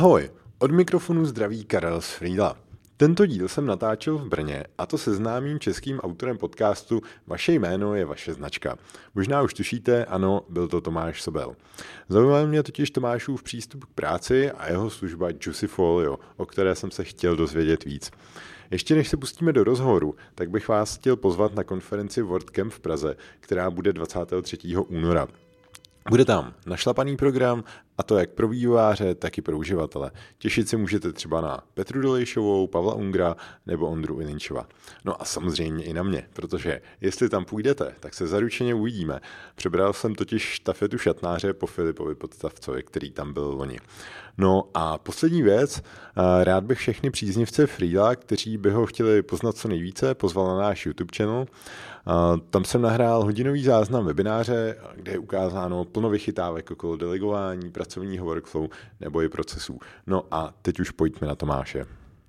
Ahoj, od mikrofonu zdraví Karel z Frýdla. Tento díl jsem natáčel v Brně a to se známým českým autorem podcastu Vaše jméno je vaše značka. Možná už tušíte, ano, byl to Tomáš Sobel. Zaujal mě totiž Tomášův přístup k práci a jeho služba Juicyfolio, o které jsem se chtěl dozvědět víc. Ještě než se pustíme do rozhovoru, tak bych vás chtěl pozvat na konferenci WordCamp v Praze, která bude 23. února. Bude tam našlapaný program, a to jak pro vývojáře, tak i pro uživatele. Těšit se můžete třeba na Petru Dolejšovou, Pavla Ungra nebo Ondru Ilinčova. No a samozřejmě i na mě, protože jestli tam půjdete, tak se zaručeně uvidíme. Přebral jsem totiž štafetu šatnáře po Filipovi Podstavcovi, který tam byl loni. No a poslední věc, rád bych všechny příznivce Frýdla, kteří by ho chtěli poznat co nejvíce, pozval na náš YouTube channel. Tam jsem nahrál hodinový záznam webináře, kde je ukázáno plno vychytávek okolo delegování, pracovního workflow nebo i procesů. No a teď už pojďme na Tomáše.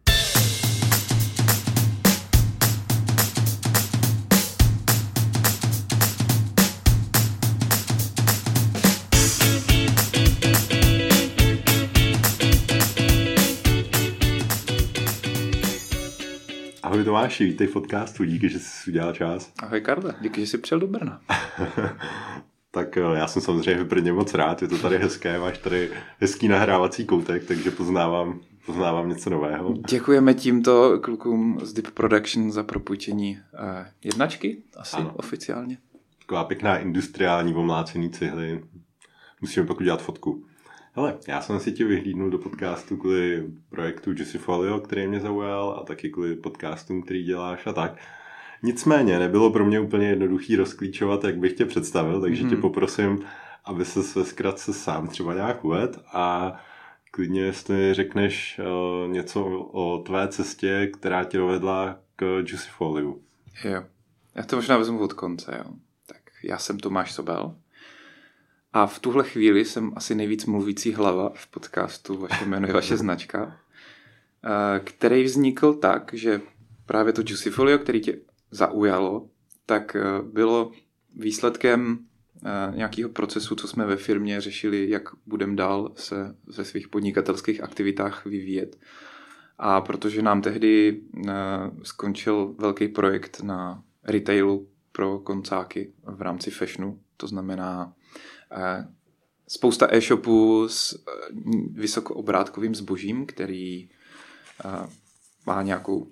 Ahoj Tomáši, vítej v podcastu, díky, že jsi udělal čas. Ahoj Karle, díky, že jsi přijel do Brna. Tak já jsem samozřejmě v Brně moc rád, je to tady hezké, máš tady hezký nahrávací koutek, takže poznávám něco nového. Děkujeme tímto klukům z Deep Production za propůjčení jednačky, asi ano. Oficiálně. Taková pěkná industriální omlácený cihly, musíme pak udělat fotku. Hele, já jsem si tě vyhlídnul do podcastu kvůli projektu Juicyfolio, který mě zaujal, a taky kvůli podcastům, který děláš a tak. Nicméně nebylo pro mě úplně jednoduchý rozklíčovat, jak bych tě představil, takže tě poprosím, aby se ve zkratce sám třeba nějak uvedl a klidně jestli řekneš něco o tvé cestě, která tě dovedla k Juicyfoliu. Jo, já to možná vezmu od konce, jo. Tak já jsem Tomáš Sobel. A v tuhle chvíli jsem asi nejvíc mluvící hlava v podcastu Vaše jméno je vaše značka, který vznikl tak, že právě to Juicyfolio, který tě zaujalo, tak bylo výsledkem nějakého procesu, co jsme ve firmě řešili, jak budeme dál se ve svých podnikatelských aktivitách vyvíjet. A protože nám tehdy skončil velký projekt na retailu pro koncáky v rámci fashionu, to znamená spousta e-shopů s vysokoobrátkovým zbožím, který má nějakou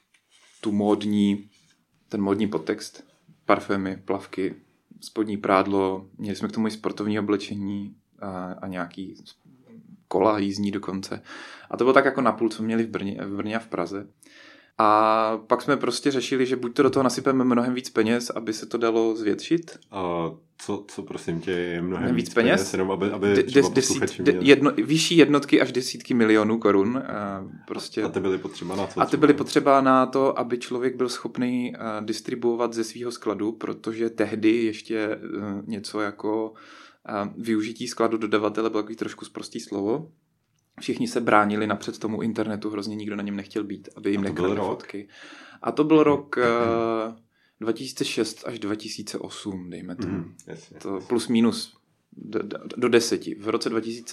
ten módní podtext, parfémy, plavky, spodní prádlo, měli jsme k tomu i sportovní oblečení a nějaký kola jízdní dokonce. A to bylo tak jako napůl, co měli v Brně a v Praze. A pak jsme prostě řešili, že buď to do toho nasypeme mnohem víc peněz, aby se to dalo zvětšit. A co prosím tě je mnohem víc peněz? Jenom aby vyšší jednotky až desítky milionů korun. Prostě. A ty byly potřeba na co? A ty byly potřeba na to, aby člověk byl schopný distribuovat ze svého skladu, protože tehdy ještě něco jako využití skladu dodavatele bylo takový trošku sprostý slovo. Všichni se bránili napřed tomu internetu, hrozně nikdo na něm nechtěl být, aby jim nekradli fotky. A to byl rok 2006 až 2008, dejme tomu. To plus minus do 10. V roce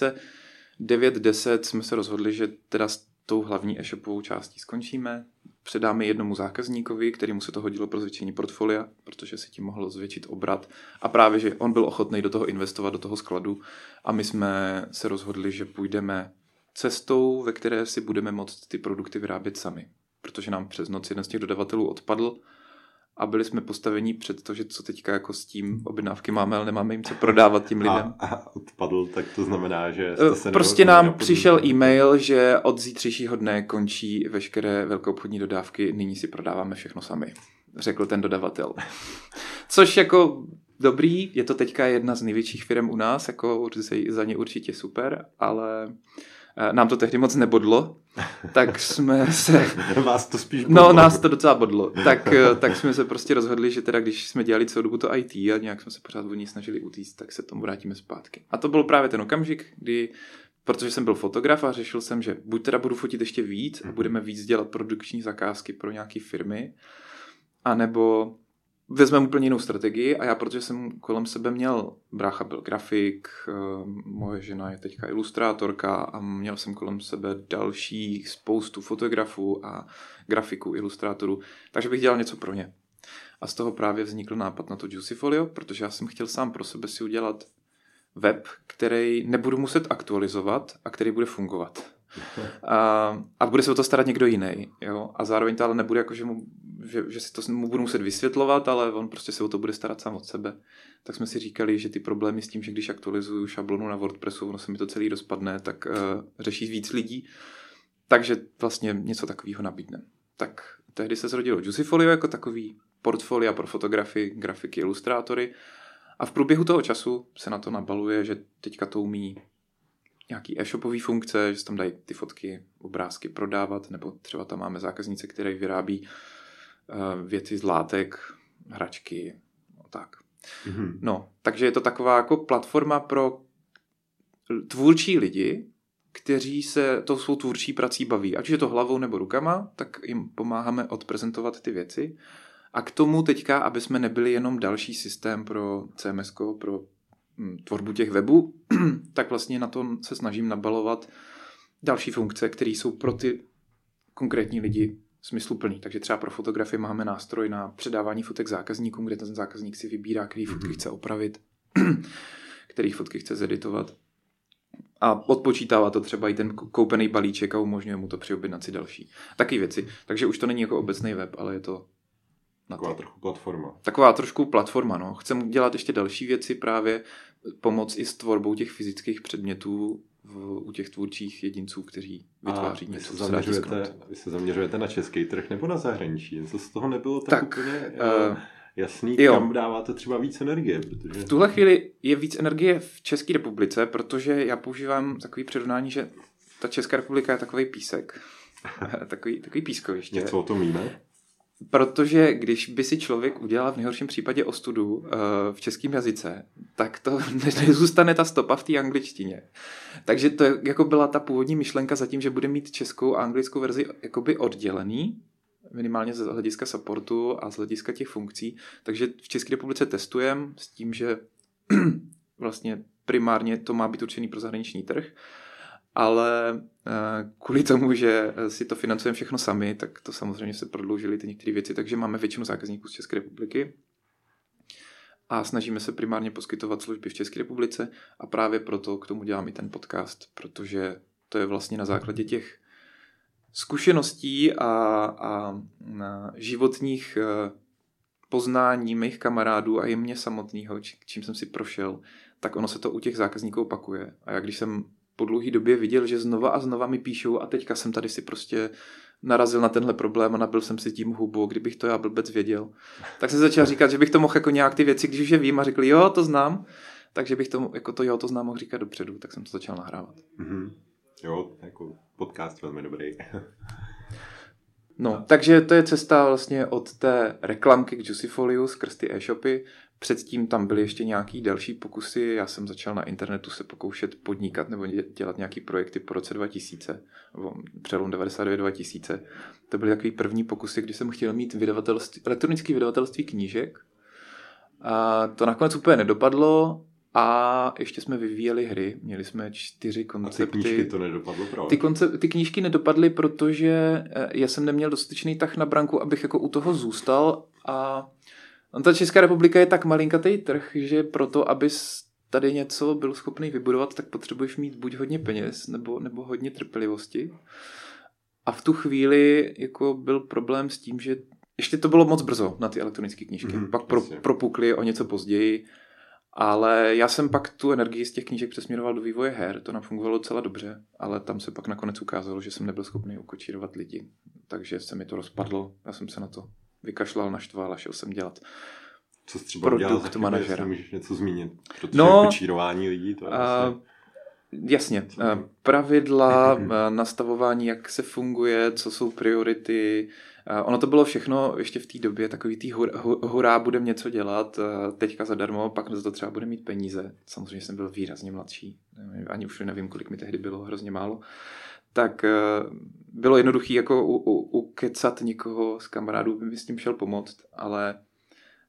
2009-10 jsme se rozhodli, že teda s tou hlavní e-shopovou částí skončíme. Předáme jednomu zákazníkovi, kterému se to hodilo pro zvětšení portfolia, protože se tím mohlo zvětšit obrat. A právě, že on byl ochotný do toho investovat, do toho skladu. A my jsme se rozhodli, že půjdeme cestou, ve které si budeme moct ty produkty vyrábět sami. Protože nám přes noc jeden z těch dodavatelů odpadl a byli jsme postaveni před to, že co teďka jako s tím objednávky máme, ale nemáme jim co prodávat tím lidem. A odpadl, tak to znamená, že jste prostě nám přišel e-mail, že od zítřejšího dne končí veškeré velkoobchodní dodávky, nyní si prodáváme všechno sami, řekl ten dodavatel. Což jako dobrý, je to teďka jedna z největších firm u nás, jako za ně určitě super, ale nám to tehdy moc nebodlo, tak jsme se... Vás to spíš bodlo. No, nás to docela bodlo. Tak jsme se prostě rozhodli, že teda když jsme dělali celou dobu to IT a nějak jsme se pořád od ní snažili utíct, tak se tomu vrátíme zpátky. A to byl právě ten okamžik, kdy, protože jsem byl fotograf a řešil jsem, že buď teda budu fotit ještě víc a budeme víc dělat produkční zakázky pro nějaké firmy, anebo vezmeme úplně jinou strategii a já, protože jsem kolem sebe měl, brácha byl grafik, moje žena je teďka ilustrátorka a měl jsem kolem sebe další spoustu fotografů a grafiků, ilustrátorů, takže bych dělal něco pro ně. A z toho právě vznikl nápad na to Juicyfolio, protože já jsem chtěl sám pro sebe si udělat web, který nebudu muset aktualizovat a který bude fungovat. A bude se o to starat někdo jiný. Jo? A zároveň to ale nebude jako, že si to mu budu muset vysvětlovat, ale on prostě se o to bude starat sám od sebe. Tak jsme si říkali, že ty problémy s tím, že když aktualizuju šablonu na WordPressu, ono se mi to celý rozpadne, tak řeší víc lidí. Takže vlastně něco takového nabídneme. Tak tehdy se zrodilo Juicyfolio jako takový portfolia pro fotografy, grafiky, ilustrátory. A v průběhu toho času se na to nabaluje, že teďka to umí nějaký e-shopové funkce, že se tam dají ty fotky, obrázky prodávat, nebo třeba tam máme zákaznice, které vyrábí věci z látek, hračky, no tak. Mm-hmm. No, takže je to taková jako platforma pro tvůrčí lidi, kteří se tou svou tvůrčí prací baví. Ať je to hlavou nebo rukama, tak jim pomáháme odprezentovat ty věci. A k tomu teďka, aby jsme nebyli jenom další systém pro CMS, pro tvorbu těch webů, tak vlastně na tom se snažím nabalovat další funkce, které jsou pro ty konkrétní lidi smysluplný. Takže třeba pro fotografii máme nástroj na předávání fotek zákazníkům, kde ten zákazník si vybírá, který fotky chce opravit, který fotky chce zeditovat. A odpočítává to třeba i ten koupený balíček a umožňuje mu to při objednaci další. Taky věci. Takže už to není jako obecný web, ale je to taková trochu platforma. Taková trošku platforma, no. Chcem dělat ještě další věci, právě pomoct i s tvorbou těch fyzických předmětů u těch tvůrčích jedinců, kteří vytváří něco, co se dá tisknout. Vy se zaměřujete na český trh nebo na zahraničí? Co z toho nebylo tak úplně jasný, kam dáváte třeba víc energie? Protože... V tuhle chvíli je víc energie v České republice, protože já používám takový přirovnání, že ta Česká republika je takový písek. takový pískoviště. Něco o tom víme? Protože když by si člověk udělal v nejhorším případě ostudu v českém jazyce, tak to nezůstane ta stopa v té angličtině. Takže to jako byla ta původní myšlenka zatím, že bude mít českou a anglickou verzi jakoby oddělený, minimálně z hlediska supportu a z hlediska těch funkcí. Takže v České republice testujeme s tím, že vlastně primárně to má být určený pro zahraniční trh, ale kvůli tomu, že si to financujeme všechno sami, tak to samozřejmě se prodloužily ty některé věci, takže máme většinu zákazníků z České republiky a snažíme se primárně poskytovat služby v České republice a právě proto k tomu dělám i ten podcast, protože to je vlastně na základě těch zkušeností a životních poznání mých kamarádů a i mě samotného, čím jsem si prošel, tak ono se to u těch zákazníků opakuje. A já když jsem po dlouhé době viděl, že znova a znova mi píšou a teďka jsem tady si prostě narazil na tenhle problém a nabil jsem si tím hubu, kdybych to já blbec věděl. Tak jsem začal říkat, že bych to mohl jako nějak ty věci, když už je vím a řekl, jo, to znám, takže bych to, jako to jo, to znám, mohl říkat dopředu, tak jsem to začal nahrávat. Mm-hmm. Jo, jako podcast velmi dobrý. No, takže to je cesta vlastně od té reklamky k Juicyfoliu skrz ty e-shopy. Předtím tam byly ještě nějaký další pokusy. Já jsem začal na internetu se pokoušet podnikat nebo dělat nějaký projekty po roce 2000, přelom 99-2000. To byly takový první pokusy, kdy jsem chtěl mít elektronické vydavatelství knížek. A to nakonec úplně nedopadlo. A ještě jsme vyvíjeli hry, měli jsme 4 koncepty. A ty knížky to nedopadlo, proč? Ty knížky nedopadly, protože já jsem neměl dostatečný tah na branku, abych jako u toho zůstal a ta Česká republika je tak malinkatý trh, že proto, abys tady něco byl schopný vybudovat, tak potřebuješ mít buď hodně peněz, nebo hodně trpělivosti. A v tu chvíli jako byl problém s tím, že ještě to bylo moc brzo na ty elektronické knížky. Pak propukly o něco později. Ale já jsem pak tu energii z těch knížek přesměroval do vývoje her, to nám fungovalo docela dobře, ale tam se pak nakonec ukázalo, že jsem nebyl schopný ukočírovat lidi, takže se mi to rozpadlo, já jsem se na to vykašlal, naštval a šel jsem dělat co jsi třeba produkt manažera. Můžeš něco zmínit, protože kočírování lidí, to je vlastně... Jasně, pravidla, nastavování, jak se funguje, co jsou priority. Ono to bylo všechno ještě v té době takový tý hurá, budem něco dělat, teďka zadarmo, pak za to třeba bude mít peníze. Samozřejmě jsem byl výrazně mladší, ani už nevím, kolik mi tehdy bylo, hrozně málo. Tak bylo jednoduché jako ukecat někoho z kamarádů, by mi s tím šel pomoct, ale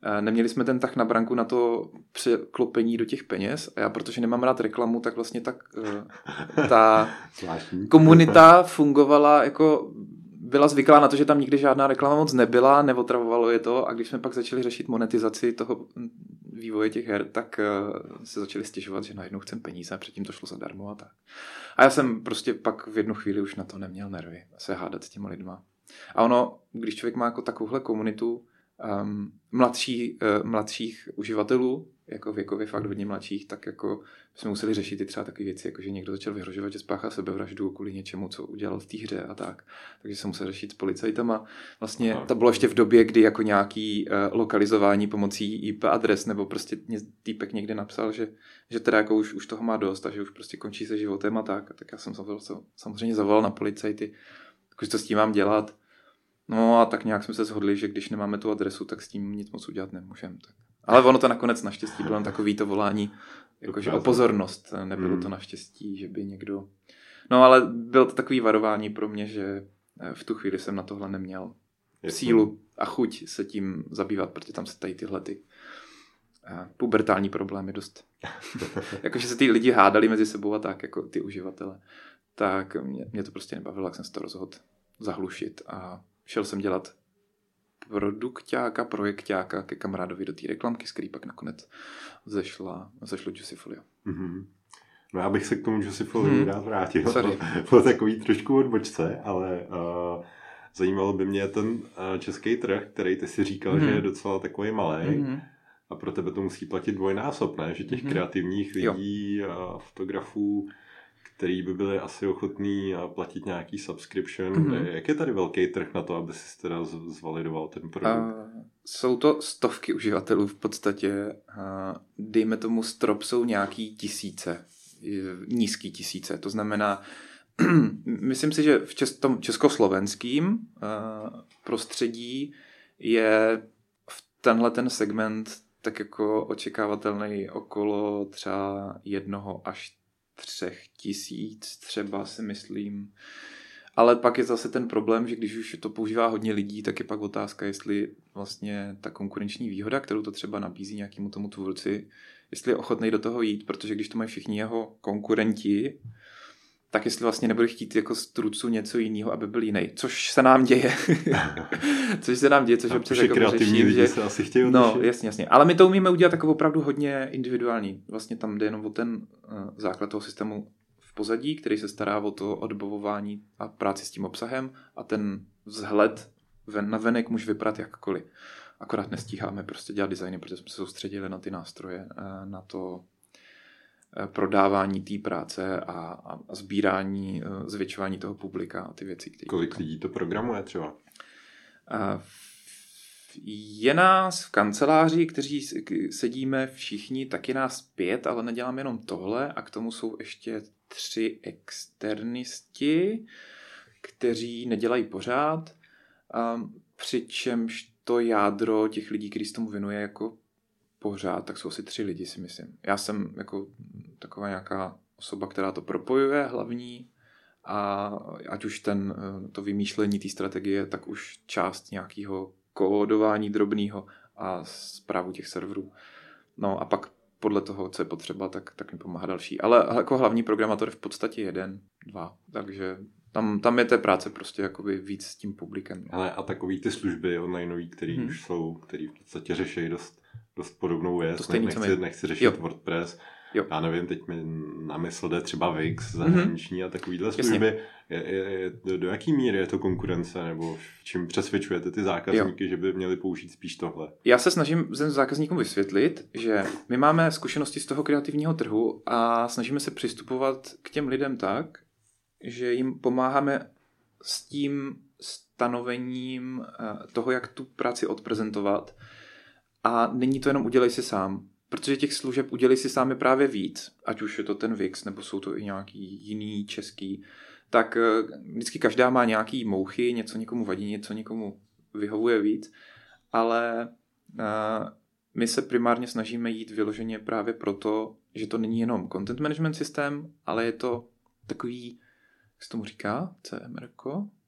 neměli jsme ten tah na branku na to překlopení do těch peněz a já, protože nemám rád reklamu, tak vlastně ta komunita fungovala jako byla zvyklá na to, že tam nikdy žádná reklama moc nebyla, neotravovalo je to a když jsme pak začali řešit monetizaci toho vývoje těch her, tak se začali stěžovat, že najednou chcem peníze a předtím to šlo zadarmo a tak. A já jsem prostě pak v jednu chvíli už na to neměl nervy se hádat s těma lidma. A ono, když člověk má jako takovouhle komunitu mladších uživatelů, jako věkově fakt hodně mladších, tak jako jsme museli řešit i třeba takové věci, jako že někdo začal vyhrožovat, že spáchá sebevraždu kvůli něčemu, co udělal v té hře a tak. Takže se musel řešit s policajtama. Vlastně to bylo ještě v době, kdy jako nějaký lokalizování pomocí IP adres, nebo prostě týpek někde napsal, že teda jako už toho má dost a že už prostě končí se životem a tak. A tak já jsem samozřejmě zavolal na policajty, takže co s tím mám dělat. No a tak nějak jsme se shodli, že když nemáme tu adresu, tak s tím nic moc udělat nemůžeme. Tak. Ale ono to nakonec naštěstí bylo takový to volání, jakože o pozornost. Nebylo to naštěstí, že by někdo... No ale bylo to takový varování pro mě, že v tu chvíli jsem na tohle neměl sílu a chuť se tím zabývat, protože tam se tady tyhle pubertální problémy dost. Jakože se ty lidi hádali mezi sebou a tak, jako ty uživatele. Tak mě to prostě nebavilo, jak jsem se to rozhodl zahlušit a šel jsem dělat projekťáka ke kamarádovi do té reklamky, z který pak nakonec zešlo Juicyfolia. Mm-hmm. No já bych se k tomu Juicyfolii rád vrátil. Bylo takový trošku odbočce, ale zajímalo by mě ten český trh, který ty si říkal, že je docela takový malý. A pro tebe to musí platit dvojnásob, ne? Že těch kreativních lidí, fotografů, který by byli asi ochotní platit nějaký subscription. Jak je tady velký trh na to, aby si teda zvalidoval ten produkt? Jsou to stovky uživatelů v podstatě. Dejme tomu strop jsou nějaký tisíce. Nízký tisíce. To znamená, myslím si, že v tom československým prostředí je v tenhle ten segment tak jako očekávatelný okolo třeba 1 až 3 tisíc třeba si myslím. Ale pak je zase ten problém, že když už to používá hodně lidí, tak je pak otázka, jestli vlastně ta konkurenční výhoda, kterou to třeba nabízí nějakému tomu tvůrci, jestli je ochotný do toho jít, protože když to mají všichni jeho konkurenti, tak jestli vlastně nebude chtít jako z trucu něco jiného, aby byl jiný. Což se nám děje. Což občas jako kreativní lidi že... se asi chtějí No, jasně. Ale my to umíme udělat jako opravdu hodně individuální. Vlastně tam jde jenom o ten základ toho systému v pozadí, který se stará o to odbavování a práci s tím obsahem a ten vzhled na venek může vypadat jakkoliv. Akorát nestíháme prostě dělat designy, protože jsme se soustředili na ty nástroje, na to prodávání té práce a sbírání, zvětšování toho publika a ty věci. Kolik lidí to programuje třeba? Je nás v kanceláři, kteří sedíme všichni, tak je nás 5, ale nedělám jenom tohle a k tomu jsou ještě 3 externisti, kteří nedělají pořád, přičemž to jádro těch lidí, kteří se tomu věnuje jako pořád, tak jsou asi 3 lidi, si myslím. Já jsem jako taková nějaká osoba, která to propojuje hlavní a ať už to vymýšlení té strategie, tak už část nějakého kódování drobného a správu těch serverů. No a pak podle toho, co je potřeba, tak mi pomáhá další. Ale jako hlavní programátor v podstatě 1, 2, takže tam je té práce prostě jakoby víc s tím publikem. Ale a takový ty služby onlineový, který už jsou, který v podstatě řeší dost podobnou věc. Nechci řešit WordPress. Jo. Já nevím, teď mi na mysl jde třeba Wix, zahraniční a takovýhle služby. Do jaký míry je to konkurence, nebo v čím přesvědčujete ty zákazníky, že by měli použít spíš tohle? Já se snažím zákazníkům vysvětlit, že my máme zkušenosti z toho kreativního trhu a snažíme se přistupovat k těm lidem tak, že jim pomáháme s tím stanovením toho, jak tu práci odprezentovat. A není to jenom udělej si sám, protože těch služeb udělej si sám je právě víc, ať už je to ten Wix, nebo jsou to i nějaký jiný český, tak vždycky každá má nějaký mouchy, něco někomu vadí, něco někomu vyhovuje víc, ale my se primárně snažíme jít vyloženě právě proto, že to není jenom content management systém, ale je to takový, jak se tomu říká, CMR-ko?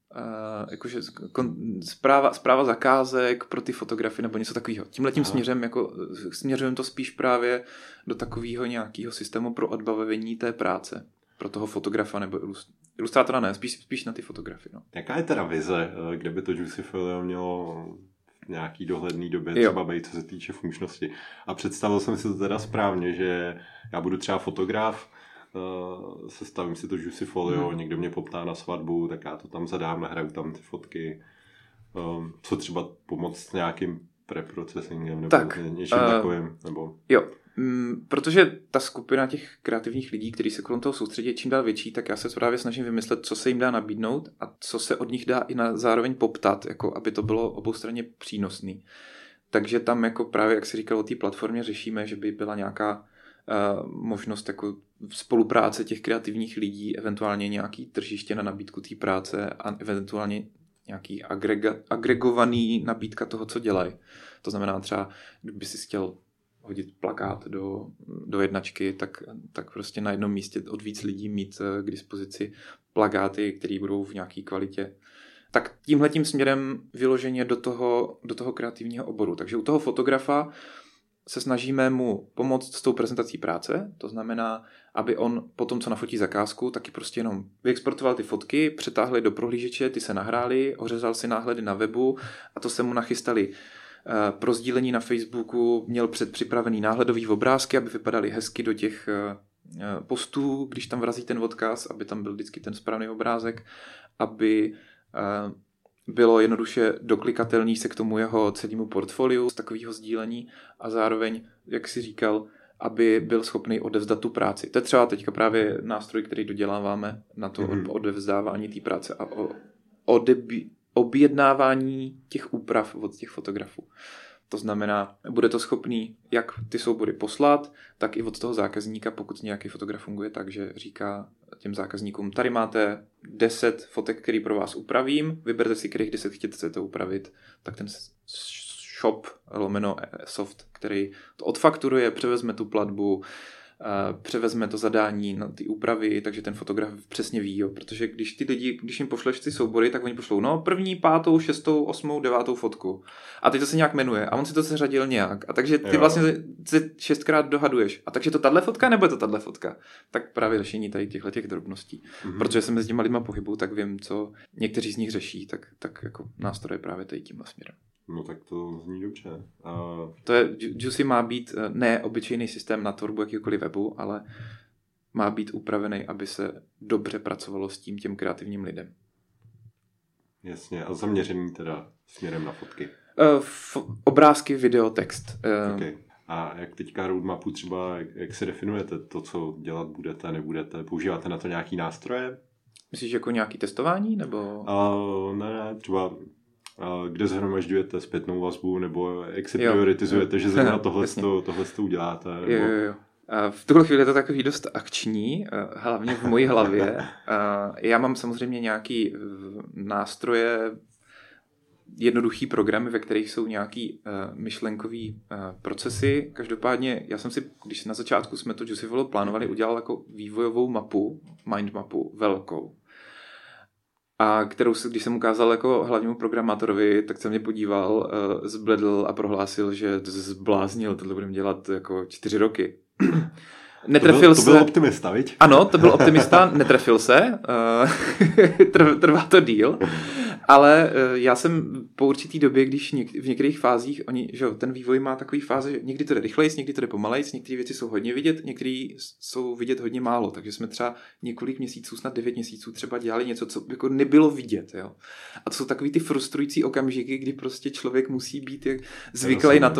jakože správa zakázek pro ty fotografy nebo něco takového. Tímhletím směrem jako směřujeme to spíš právě do takového nějakého systému pro odbavení té práce pro toho fotografa nebo ilustrátora, ne, spíš na ty fotografy. No. Jaká je teda vize, kde by to Juicyfolio mělo v nějaký dohledný době třeba být, co se týče funkčnosti? A představil jsem si to teda správně, že já budu třeba fotograf, sestavím si to Juicyfolio, někdo mě poptá na svatbu, tak já to tam zadám, nahraju tam ty fotky. Co třeba pomoct s nějakým preprocesingem nebo něčím takovým? Nebo... Jo, protože ta skupina těch kreativních lidí, kteří se kolem toho soustředí, je čím dál větší, tak já se právě snažím vymyslet, co se jim dá nabídnout a co se od nich dá i zároveň poptat, jako aby to bylo oboustranně přínosný. Takže tam jako právě, jak jsi říkal o té platformě, řešíme, že by byla nějaká možnost jako spolupráce těch kreativních lidí, eventuálně nějaký tržiště na nabídku té práce a eventuálně nějaký agregovaný nabídka toho, co dělají. To znamená třeba, kdyby si chtěl hodit plakát do jednačky, tak prostě na jednom místě od víc lidí mít k dispozici plakáty, které budou v nějaké kvalitě. Tak tímhletím směrem vyloženě do toho kreativního oboru. Takže u toho fotografa se snažíme mu pomoct s tou prezentací práce, to znamená, aby on po tom, co nafotí zakázku, taky prostě jenom vyexportoval ty fotky, přetáhli do prohlížeče, ty se nahrály, ořezal si náhledy na webu a to se mu nachystali pro sdílení na Facebooku, měl předpřipravený náhledový obrázky, aby vypadaly hezky do těch postů, když tam vrazí ten odkaz, aby tam byl vždycky ten správný obrázek, aby bylo jednoduše doklikatelný se k tomu jeho celému portfoliu z takového sdílení a zároveň, jak si říkal, aby byl schopný odevzdat tu práci. To je třeba teďka právě nástroj, který doděláváme na to odevzdávání té práce a objednávání těch úprav od těch fotografů. To znamená, bude to schopný jak ty soubory poslat, tak i od toho zákazníka, pokud nějaký fotograf funguje tak, že říká těm zákazníkům, tady máte 10 fotek, který pro vás upravím, vyberte si, kterých 10 chcete upravit, tak ten shop /soft, který to odfakturuje, převezme tu platbu, převezme to zadání na ty úpravy, takže ten fotograf přesně ví, jo. Protože když jim pošleš ty soubory, tak oni pošlou 1., 5., 6., 8., 9. fotku. A teď to se nějak jmenuje a on si to seřadil nějak. A takže ty vlastně se 6krát dohaduješ. A takže to tahle fotka nebo je to tahle fotka? Tak právě řešení tady těch drobností. Protože jsem mezi těma lidma pohybu, tak vím, co někteří z nich řeší, tak jako nástroje právě tady tímhle směrem. No tak to zní dobře. To je, Juicy má být ne obyčejný systém na tvorbu jakýkoliv webu, ale má být upravený, aby se dobře pracovalo s těm kreativním lidem. Jasně, a zaměřený teda směrem na fotky? Obrázky, video, text. Okay. A jak teďka roadmapu třeba, jak se definujete to, co dělat budete, nebudete? Používáte na to nějaký nástroje? Myslíš jako nějaký testování? Nebo... Ne, třeba kde zhromažďujete zpětnou vazbu, nebo jak se prioritizujete, že zrovna tohle uděláte? Nebo... Jo. V tuhle chvíli je to takový dost akční, hlavně v mojí hlavě. Já mám samozřejmě nějaký nástroje, jednoduchý programy, ve kterých jsou nějaký myšlenkový procesy. Každopádně já jsem si, když na začátku jsme to Juicyfolio plánovali, udělal jako vývojovou mapu, mind mapu, velkou. A kterou se, když jsem ukázal jako hlavnímu programátorovi, tak se mě podíval, zbledl a prohlásil, že zbláznil, tohle budeme dělat jako 4 roky. Netrefil se. To byl optimista, viď? Ano, to byl optimista, netrefil se. Trvá to díl. Ale já jsem po určitý době, když v některých fázích, ten vývoj má takový fáze, že někdy to jde rychlejc, někdy to jde pomalejc, některé věci jsou hodně vidět, některé jsou vidět hodně málo. Takže jsme třeba několik měsíců, snad 9 měsíců třeba dělali něco, co jako nebylo vidět. Jo? A to jsou takový ty frustrující okamžiky, kdy prostě člověk musí být zvyklý na to,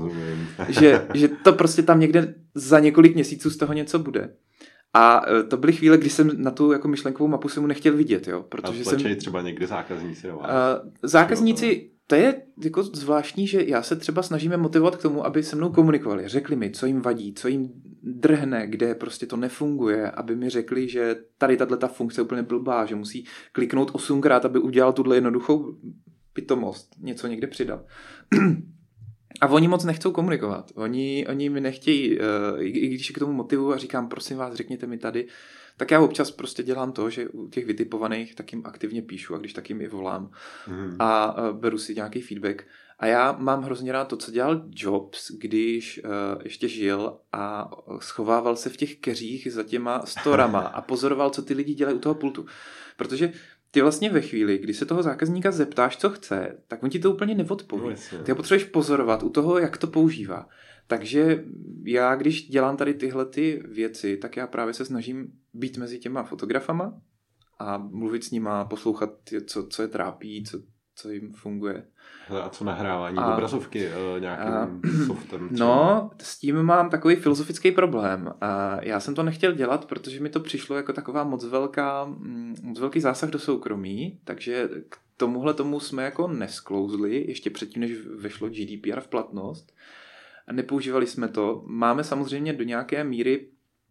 že to prostě tam někde za několik měsíců z toho něco bude. A to byly chvíle, kdy jsem na tu jako myšlenkovou mapu se mu nechtěl vidět, jo, protože jsem třeba někde zákazníci do vás. Zákazníci, to je jako zvláštní, že já se třeba snažíme motivovat k tomu, aby se mnou komunikovali, řekli mi, co jim vadí, co jim drhne, kde prostě to nefunguje, aby mi řekli, že tady tato funkce je úplně blbá, že musí kliknout 8krát, aby udělal tuhle jednoduchou pitomost, něco někde přidat. A oni moc nechcou komunikovat. Oni mi nechtějí, i když k tomu motivu a říkám, prosím vás, řekněte mi tady, tak já občas prostě dělám to, že u těch vytipovaných tak jim aktivně píšu a když tak jim i volám a beru si nějaký feedback. A já mám hrozně rád to, co dělal Jobs, když ještě žil a schovával se v těch keřích za těma storama a pozoroval, co ty lidi dělají u toho pultu. Protože ty vlastně ve chvíli, kdy se toho zákazníka zeptáš, co chce, tak on ti to úplně neodpoví. Ty ho potřebuješ pozorovat u toho, jak to používá. Takže já, když dělám tady tyhle ty věci, tak já právě se snažím být mezi těma fotografama a mluvit s nima, poslouchat, co je trápí, co jim funguje. A co nahrávání obrazovky nějakým softem? No, s tím mám takový filozofický problém. Já jsem to nechtěl dělat, protože mi to přišlo jako taková moc velký zásah do soukromí, takže k tomuhle tomu jsme jako nesklouzli, ještě předtím, než vešlo GDPR v platnost. Nepoužívali jsme to. Máme samozřejmě do nějaké míry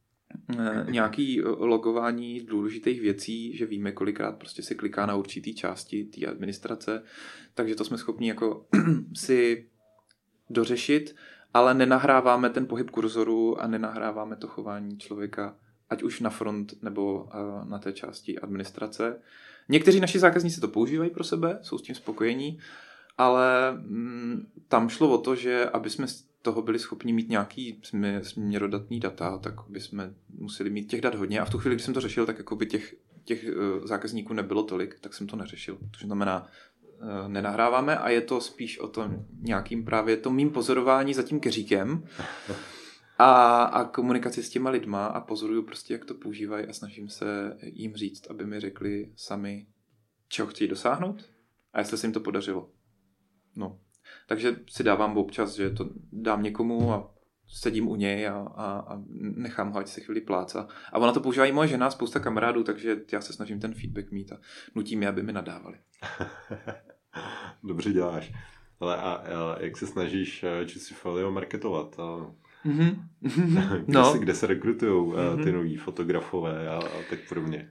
nějaký logování důležitých věcí, že víme, kolikrát prostě se kliká na určitý části té administrace, takže to jsme schopni jako si dořešit, ale nenahráváme ten pohyb kurzoru a nenahráváme to chování člověka, ať už na front nebo na té části administrace. Někteří naši zákazníci to používají pro sebe, jsou s tím spokojení, ale tam šlo o to, že aby jsme z toho byli schopni mít nějaký směrodatný data, tak bychom museli mít těch dat hodně a v tu chvíli, když jsem to řešil, tak jako by těch zákazníků nebylo tolik, tak jsem to neřešil. To znamená, nenahráváme a je to spíš o tom nějakým právě tom mým pozorování za tím keříkem a komunikaci s těma lidma a pozoruju prostě, jak to používají a snažím se jim říct, aby mi řekli sami, čeho chtějí dosáhnout a jestli se jim to podařilo. No. Takže si dávám občas, že to dám někomu a sedím u něj a nechám ho, ať se chvíli pláca. A ona to používá i moje žena, spousta kamarádů, takže já se snažím ten feedback mít a nutím je, aby mi nadávali. Dobře děláš. Ale a jak se snažíš Justifolio marketovat? Kde se rekrutujou ty noví fotografové a tak podobně?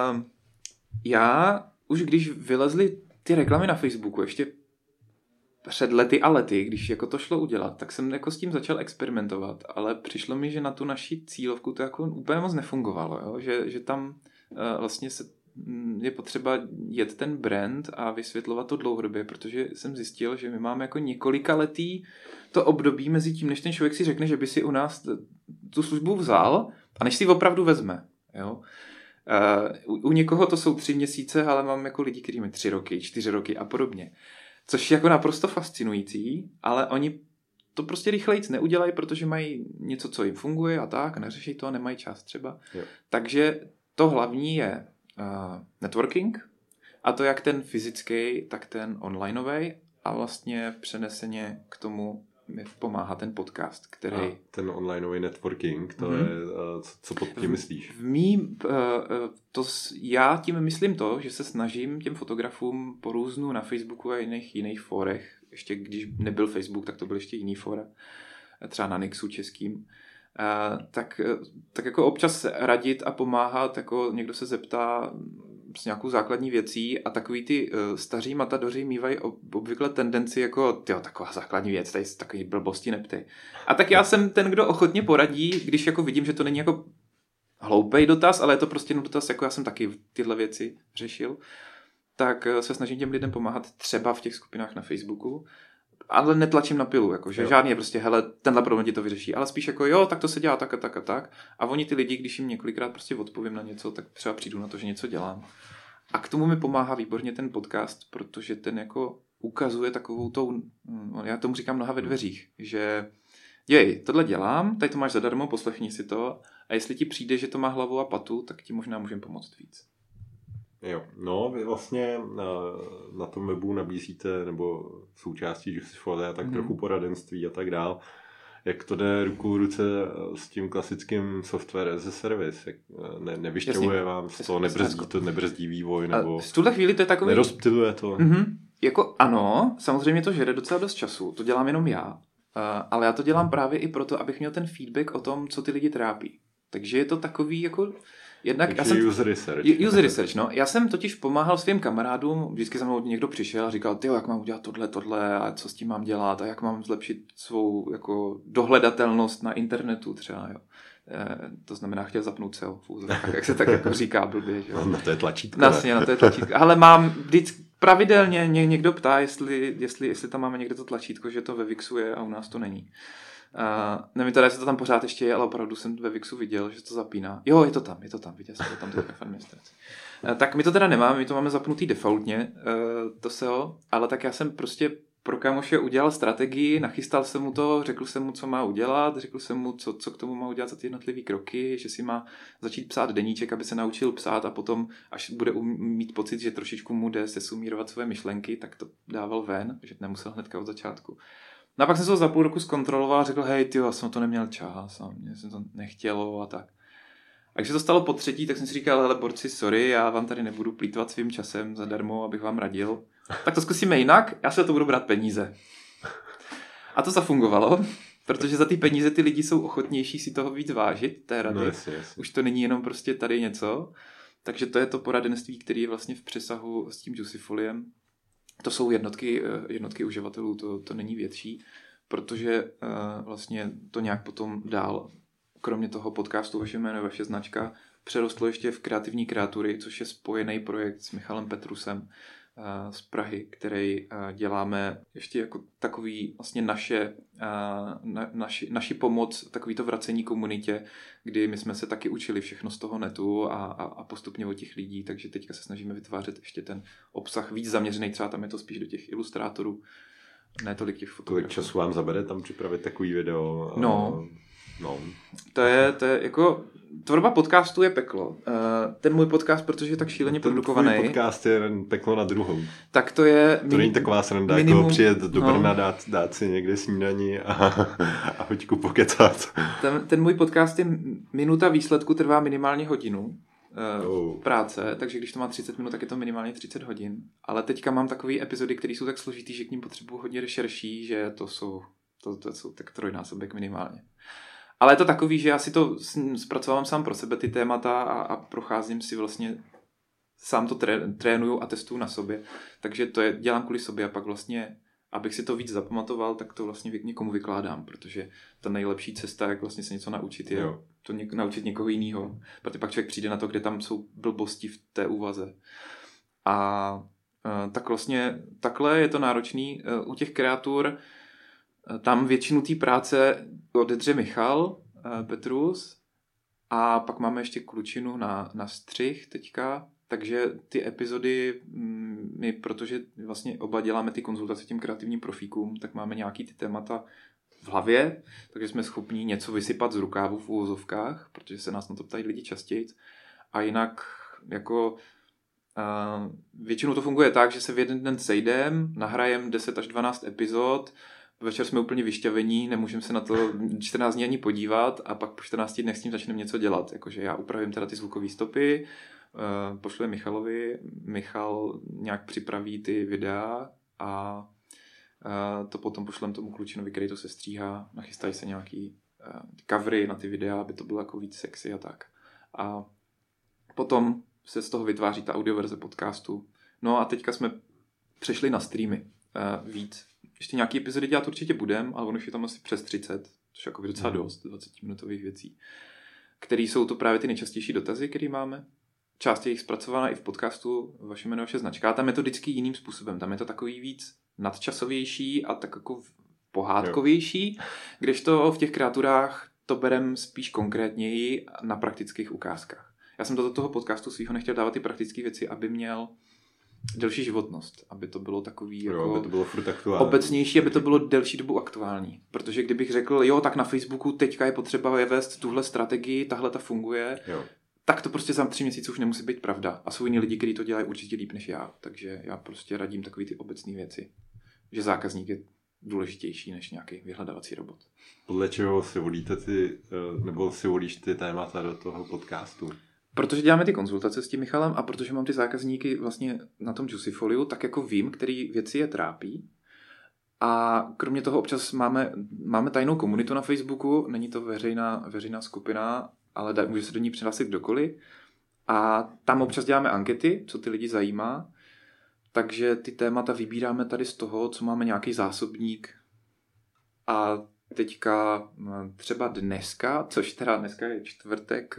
Já už když vylezly ty reklamy na Facebooku, ještě před lety a lety, když jako to šlo udělat, tak jsem jako s tím začal experimentovat, ale přišlo mi, že na tu naši cílovku to jako úplně moc nefungovalo, jo? Že tam vlastně je potřeba jet ten brand a vysvětlovat to dlouhodobě, protože jsem zjistil, že my máme jako několikaletý to období mezi tím, než ten člověk si řekne, že by si u nás tu službu vzal a než si opravdu vezme, jo. U někoho to jsou 3 měsíce, ale mám jako lidi, kteří mají 3 roky, 4 roky a podobně. Což je jako naprosto fascinující, ale oni to prostě rychlejc neudělají, protože mají něco, co jim funguje a tak, neřeší to, nemají čas třeba. Jo. Takže to hlavní je networking, a to jak ten fyzický, tak ten onlineový a vlastně přeneseně k tomu mi pomáhá ten podcast, který... A ten onlineový networking, to je, co pod tím myslíš? Já tím myslím to, že se snažím těm fotografům porůznu na Facebooku a jiných fórech, ještě když nebyl Facebook, tak to byl ještě jiný fóra, třeba na Nixu českým, tak jako občas radit a pomáhat, jako někdo se zeptá s nějakou základní věcí a takový ty staří matadoři mývají obvykle tendenci jako, taková základní věc, tady takový blbosti neptej. A tak já jsem ten, kdo ochotně poradí, když jako vidím, že to není jako hloupej dotaz, ale je to prostě dotaz, jako já jsem taky tyhle věci řešil, tak se snažím těm lidem pomáhat třeba v těch skupinách na Facebooku, ale netlačím na pilu, jakože žádný je prostě, hele, tenhle problém ti to vyřeší, ale spíš jako jo, tak to se dělá tak a tak a tak. A oni ty lidi, když jim několikrát prostě odpovím na něco, tak třeba přijdu na to, že něco dělám. A k tomu mi pomáhá výborně ten podcast, protože ten jako ukazuje takovou tou, já tomu říkám noha ve dveřích, že tohle dělám, tady to máš zadarmo, poslechni si to a jestli ti přijde, že to má hlavu a patu, tak ti možná můžeme pomoct víc. Jo, no vy vlastně na tom webu nabízíte, nebo součástí Justifolia, tak trochu poradenství a tak dál. Jak to jde ruku v ruce s tím klasickým software as a service? Jak nevyšťavuje vám to, nebrzdí vývoj, nebo v tuhle chvíli to je takový... nerozptyluje to? Jako ano, samozřejmě to žere docela dost času, to dělám jenom já, ale já to dělám právě i proto, abych měl ten feedback o tom, co ty lidi trápí. Takže je to takový jako... Jednak user research. User research, no. Já jsem totiž pomáhal svým kamarádům, vždycky za mnou někdo přišel a říkal, tyjo, jak mám udělat tohle a co s tím mám dělat a jak mám zlepšit svou jako dohledatelnost na internetu třeba, jo. To znamená, chtěl zapnout SEO, jak se tak jako říká blbě, že jo. No to je tlačítko. Vlastně, no to je tlačítko. Ale mám vždycky pravidelně někdo ptá, jestli tam máme někde to tlačítko, že to ve Wixu je a u nás to není. Nevím teda, jestli to tam pořád ještě je, ale opravdu jsem ve Wixu viděl, že to zapíná. Jo, je to tam, viděl jsem to tam teďka v administraci. Tak my to teda nemáme, my to máme zapnutý defaultně, to SEO, ale tak já jsem prostě pro kámoše udělal strategii, nachystal jsem mu to, řekl jsem mu, co má udělat, řekl jsem mu, co k tomu má udělat za ty jednotlivé kroky, že si má začít psát deníček, aby se naučil psát a potom, až bude mít pocit, že trošičku mu jde sesumírovat své myšlenky, tak to dával ven, že nemusel hnedka od začátku. No a pak jsem se to za půl roku zkontroloval a řekl, hej, tyjo, já jsem to neměl čas a mě se to nechtělo a tak. A když se to stalo po třetí, tak jsem si říkal, hele borci, sorry, já vám tady nebudu plýtvat svým časem zadarmo, abych vám radil. Tak to zkusíme jinak, já se to budu brát peníze. A to zafungovalo, protože za ty peníze ty lidi jsou ochotnější si toho víc vážit, té rady. No, jasně. Už to není jenom prostě tady něco. Takže to je to poradenství, který je vlastně v přesahu s tím Juicyfoliem. To jsou jednotky uživatelů, to není větší, protože vlastně to nějak potom dál, kromě toho podcastu Vaše jméno, vaše značka, přerostlo ještě v Kreativní kreatury, což je spojený projekt s Michalem Petrusem z Prahy, který děláme ještě jako takový vlastně naši pomoc, takový to vracení komunitě, kdy my jsme se taky učili všechno z toho netu a postupně od těch lidí, takže teďka se snažíme vytvářet ještě ten obsah víc zaměřený, třeba tam je to spíš do těch ilustrátorů, ne tolik těch fotografů. Kolik času vám zabere tam připravit takový video? No. To je jako tvorba podcastu je peklo. Ten můj podcast, protože je tak šíleně produkovaný. Ten podcast je peklo na druhou. Tak to je... To není taková sranda, jako přijet do Brna, dát si někde snídaní a hoďku pokecat. Ten můj podcast je minuta výsledku, trvá minimálně hodinu práce, takže když to má 30 minut, tak je to minimálně 30 hodin. Ale teďka mám takové epizody, které jsou tak složitý, že k ním potřebuji hodně rešerší, že to jsou tak trojnásobek minimálně. Ale je to takový, že já si to zpracovávám sám pro sebe ty témata a procházím si vlastně, sám to trénuju a testuju na sobě. Takže to dělám kvůli sobě a pak vlastně, abych si to víc zapamatoval, tak to vlastně někomu vykládám, protože ta nejlepší cesta, jak vlastně se něco naučit, je to naučit někoho jiného. Protože pak člověk přijde na to, kde tam jsou blbosti v té úvaze. A tak vlastně takhle je to náročný. U těch kreatur tam většinu té práce odedře Michal Petrus a pak máme ještě klučinu na střih teďka, takže ty epizody my, protože vlastně oba děláme ty konzultace těm kreativním profíkům, tak máme nějaký ty témata v hlavě, takže jsme schopni něco vysypat z rukávu v úvozovkách, protože se nás na to ptají lidi častěji. A jinak jako většinou to funguje tak, že se v jeden den sejdem, nahrajeme 10 až 12 epizod, večer jsme úplně vyšťavení, nemůžeme se na to 14 dní ani podívat a pak po 14 dnech s tím začneme něco dělat. Jakože já upravím teda ty zvukové stopy, pošlu je Michalovi, Michal nějak připraví ty videa a to potom pošlem tomu klučinovi, který to sestříhá, nachystají se nějaký covery na ty videa, aby to bylo jako víc sexy a tak. A potom se z toho vytváří ta audioverze podcastu. No a teďka jsme přešli na streamy víc. Ještě nějaký epizody dělat určitě budem, ale ono už je tam asi přes 30, což je jako docela dost, 20-minutových věcí, které jsou to právě ty nejčastější dotazy, které máme. Část je jich zpracovaná i v podcastu Vaše jméno, vaše značka. A tam je to vždycky jiným způsobem. Tam je to takový víc nadčasovější a tak jako pohádkovější, kdežto v těch kreaturách to berem spíš konkrétněji na praktických ukázkách. Já jsem do toho podcastu svýho nechtěl dávat ty praktické věci, aby měl delší životnost, aby to bylo takový jako aby to bylo furt aktuální. Obecnější, aby to bylo delší dobu aktuální. Protože kdybych řekl, tak na Facebooku teďka je potřeba je vést tuhle strategii, tahle ta funguje, tak to prostě za 3 měsíce už nemusí být pravda. A jsou jiní lidi, kteří to dělají určitě líp než já. Takže já prostě radím takový ty obecné věci. Že zákazník je důležitější než nějaký vyhledávací robot. Podle čeho si volíte nebo si volíš ty témata do toho podcastu? Protože děláme ty konzultace s tím Michalem a protože mám ty zákazníky vlastně na tom Juicyfoliu, tak jako vím, který věci je trápí. A kromě toho občas máme tajnou komunitu na Facebooku, není to veřejná skupina, ale může se do ní přihlásit kdokoliv. A tam občas děláme ankety, co ty lidi zajímá. Takže ty témata vybíráme tady z toho, co máme nějaký zásobník. A teďka třeba dneska, což teda dneska je čtvrtek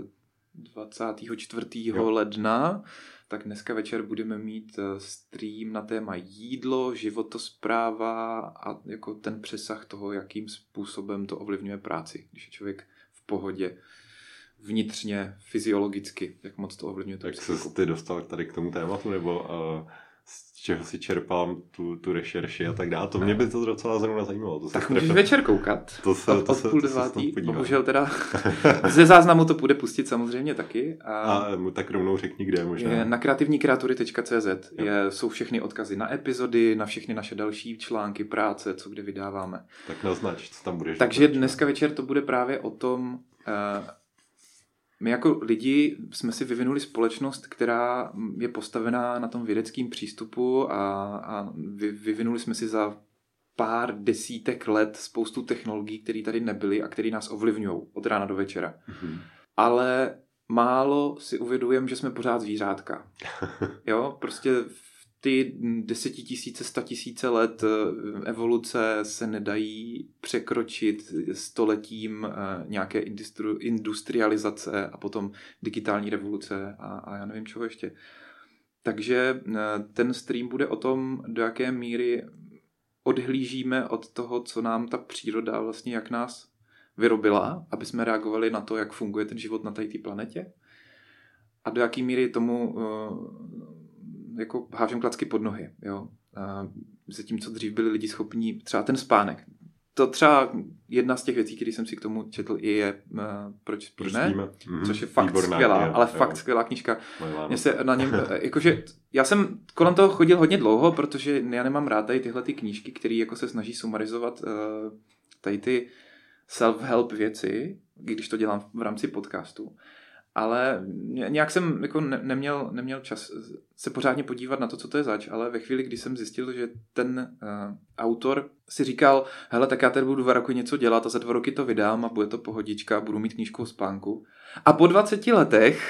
24. ledna, tak dneska večer budeme mít stream na téma jídlo, životospráva a jako ten přesah toho, jakým způsobem to ovlivňuje práci, když je člověk v pohodě vnitřně, fyziologicky, jak moc to ovlivňuje. Tak se ty dostal tady k tomu tématu, nebo z čeho si čerpám tu rešerši a tak dále. To mě by to docela zrovna zajímalo. Tak můžeš večer koukat od 8:30. To Bohužel teda ze záznamu to půjde pustit samozřejmě taky. A tak rovnou řekni, kde možná. Je na kreativnikreatury.cz jsou všechny odkazy na epizody, na všechny naše další články, práce, co kde vydáváme. Tak naznač, co tam budeš. Takže dneska večer to bude právě o tom, my jako lidi jsme si vyvinuli společnost, která je postavená na tom vědeckém přístupu a vyvinuli jsme si za pár desítek let spoustu technologií, které tady nebyly a které nás ovlivňují od rána do večera. Mm-hmm. Ale málo si uvědomujeme, že jsme pořád zvířátka. Jo, prostě ty 10 000, 100 000 let evoluce se nedají překročit stoletím nějaké industrializace a potom digitální revoluce a já nevím čeho ještě. Takže ten stream bude o tom, do jaké míry odhlížíme od toho, co nám ta příroda vlastně, jak nás vyrobila, aby jsme reagovali na to, jak funguje ten život na této planetě a do jaké míry tomu jako hážem klacky pod nohy, jo. Zatímco dřív byli lidi schopní, třeba ten spánek. To třeba jedna z těch věcí, které jsem si k tomu četl, je proč ne? Což je fakt výborná, skvělá, ale fakt skvělá knížka. Mně se na něm, jakože, já jsem kolem toho chodil hodně dlouho, protože já nemám rád tady tyhle ty knížky, které jako se snaží sumarizovat tady ty self-help věci, když to dělám v rámci podcastu. Ale nějak jsem jako neměl čas se pořádně podívat na to, co to je zač, ale ve chvíli, kdy jsem zjistil, že ten autor si říkal, hele, tak já tady budu 2 roky něco dělat a za 2 roky to vydám a bude to pohodička, budu mít knížku o spánku. A po 20 letech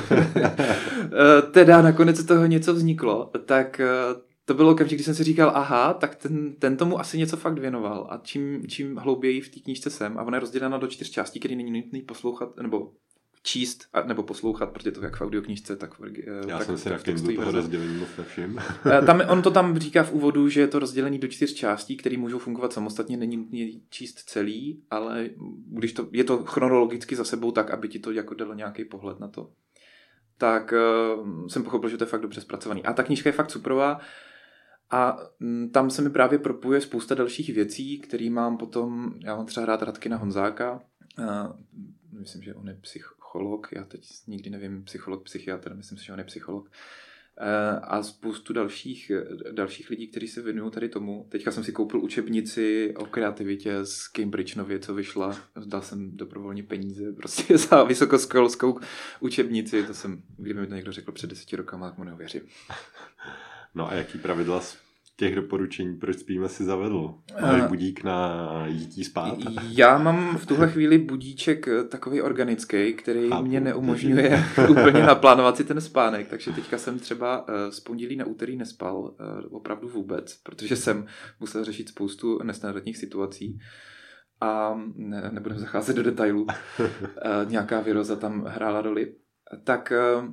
teda nakonec z toho něco vzniklo, tak to bylo okamžik, kdy jsem si říkal, aha, tak ten tomu asi něco fakt věnoval a čím hlouběji v té knížce jsem, a ona je rozdělena do 4 částí, které není nutné poslouchat, nebo číst nebo poslouchat, protože to jak v audioknížce, tak já jsem si do toho rozdělení moc nevšiml. On to tam říká v úvodu, že je to rozdělený do 4 částí, které můžou fungovat samostatně, není nutné číst celý, ale když je to chronologicky za sebou tak, aby ti to jako dalo nějaký pohled na to, tak jsem pochopil, že to je fakt dobře zpracovaný. A ta knížka je fakt superová a tam se mi právě propuje spousta dalších věcí, které mám potom, já mám třeba rád Radkina Honzáka, myslím, že on je psycholog, já teď nikdy nevím, psycholog, psychiatr, myslím si, že on je psycholog. A spoustu dalších lidí, kteří se věnují tady tomu. Teďka jsem si koupil učebnici o kreativitě z Cambridge nově, co vyšla. Dal jsem dobrovolně peníze prostě za vysokoškolskou učebnici. To jsem, kdyby mi to někdo řekl před 10 rokama, tak mu neuvěřím. No a jaký pravidla těch doporučení, proč spíme, si zavedl? Máš budík na jítí spát? Já mám v tuhle chvíli budíček takový organický, který mě neumožňuje úplně naplánovat si ten spánek, takže teďka jsem třeba z pondělí na úterý nespal opravdu vůbec, protože jsem musel řešit spoustu nestandardních situací a nebudem zacházet do detailů. Nějaká viróza tam hrála roli. Tak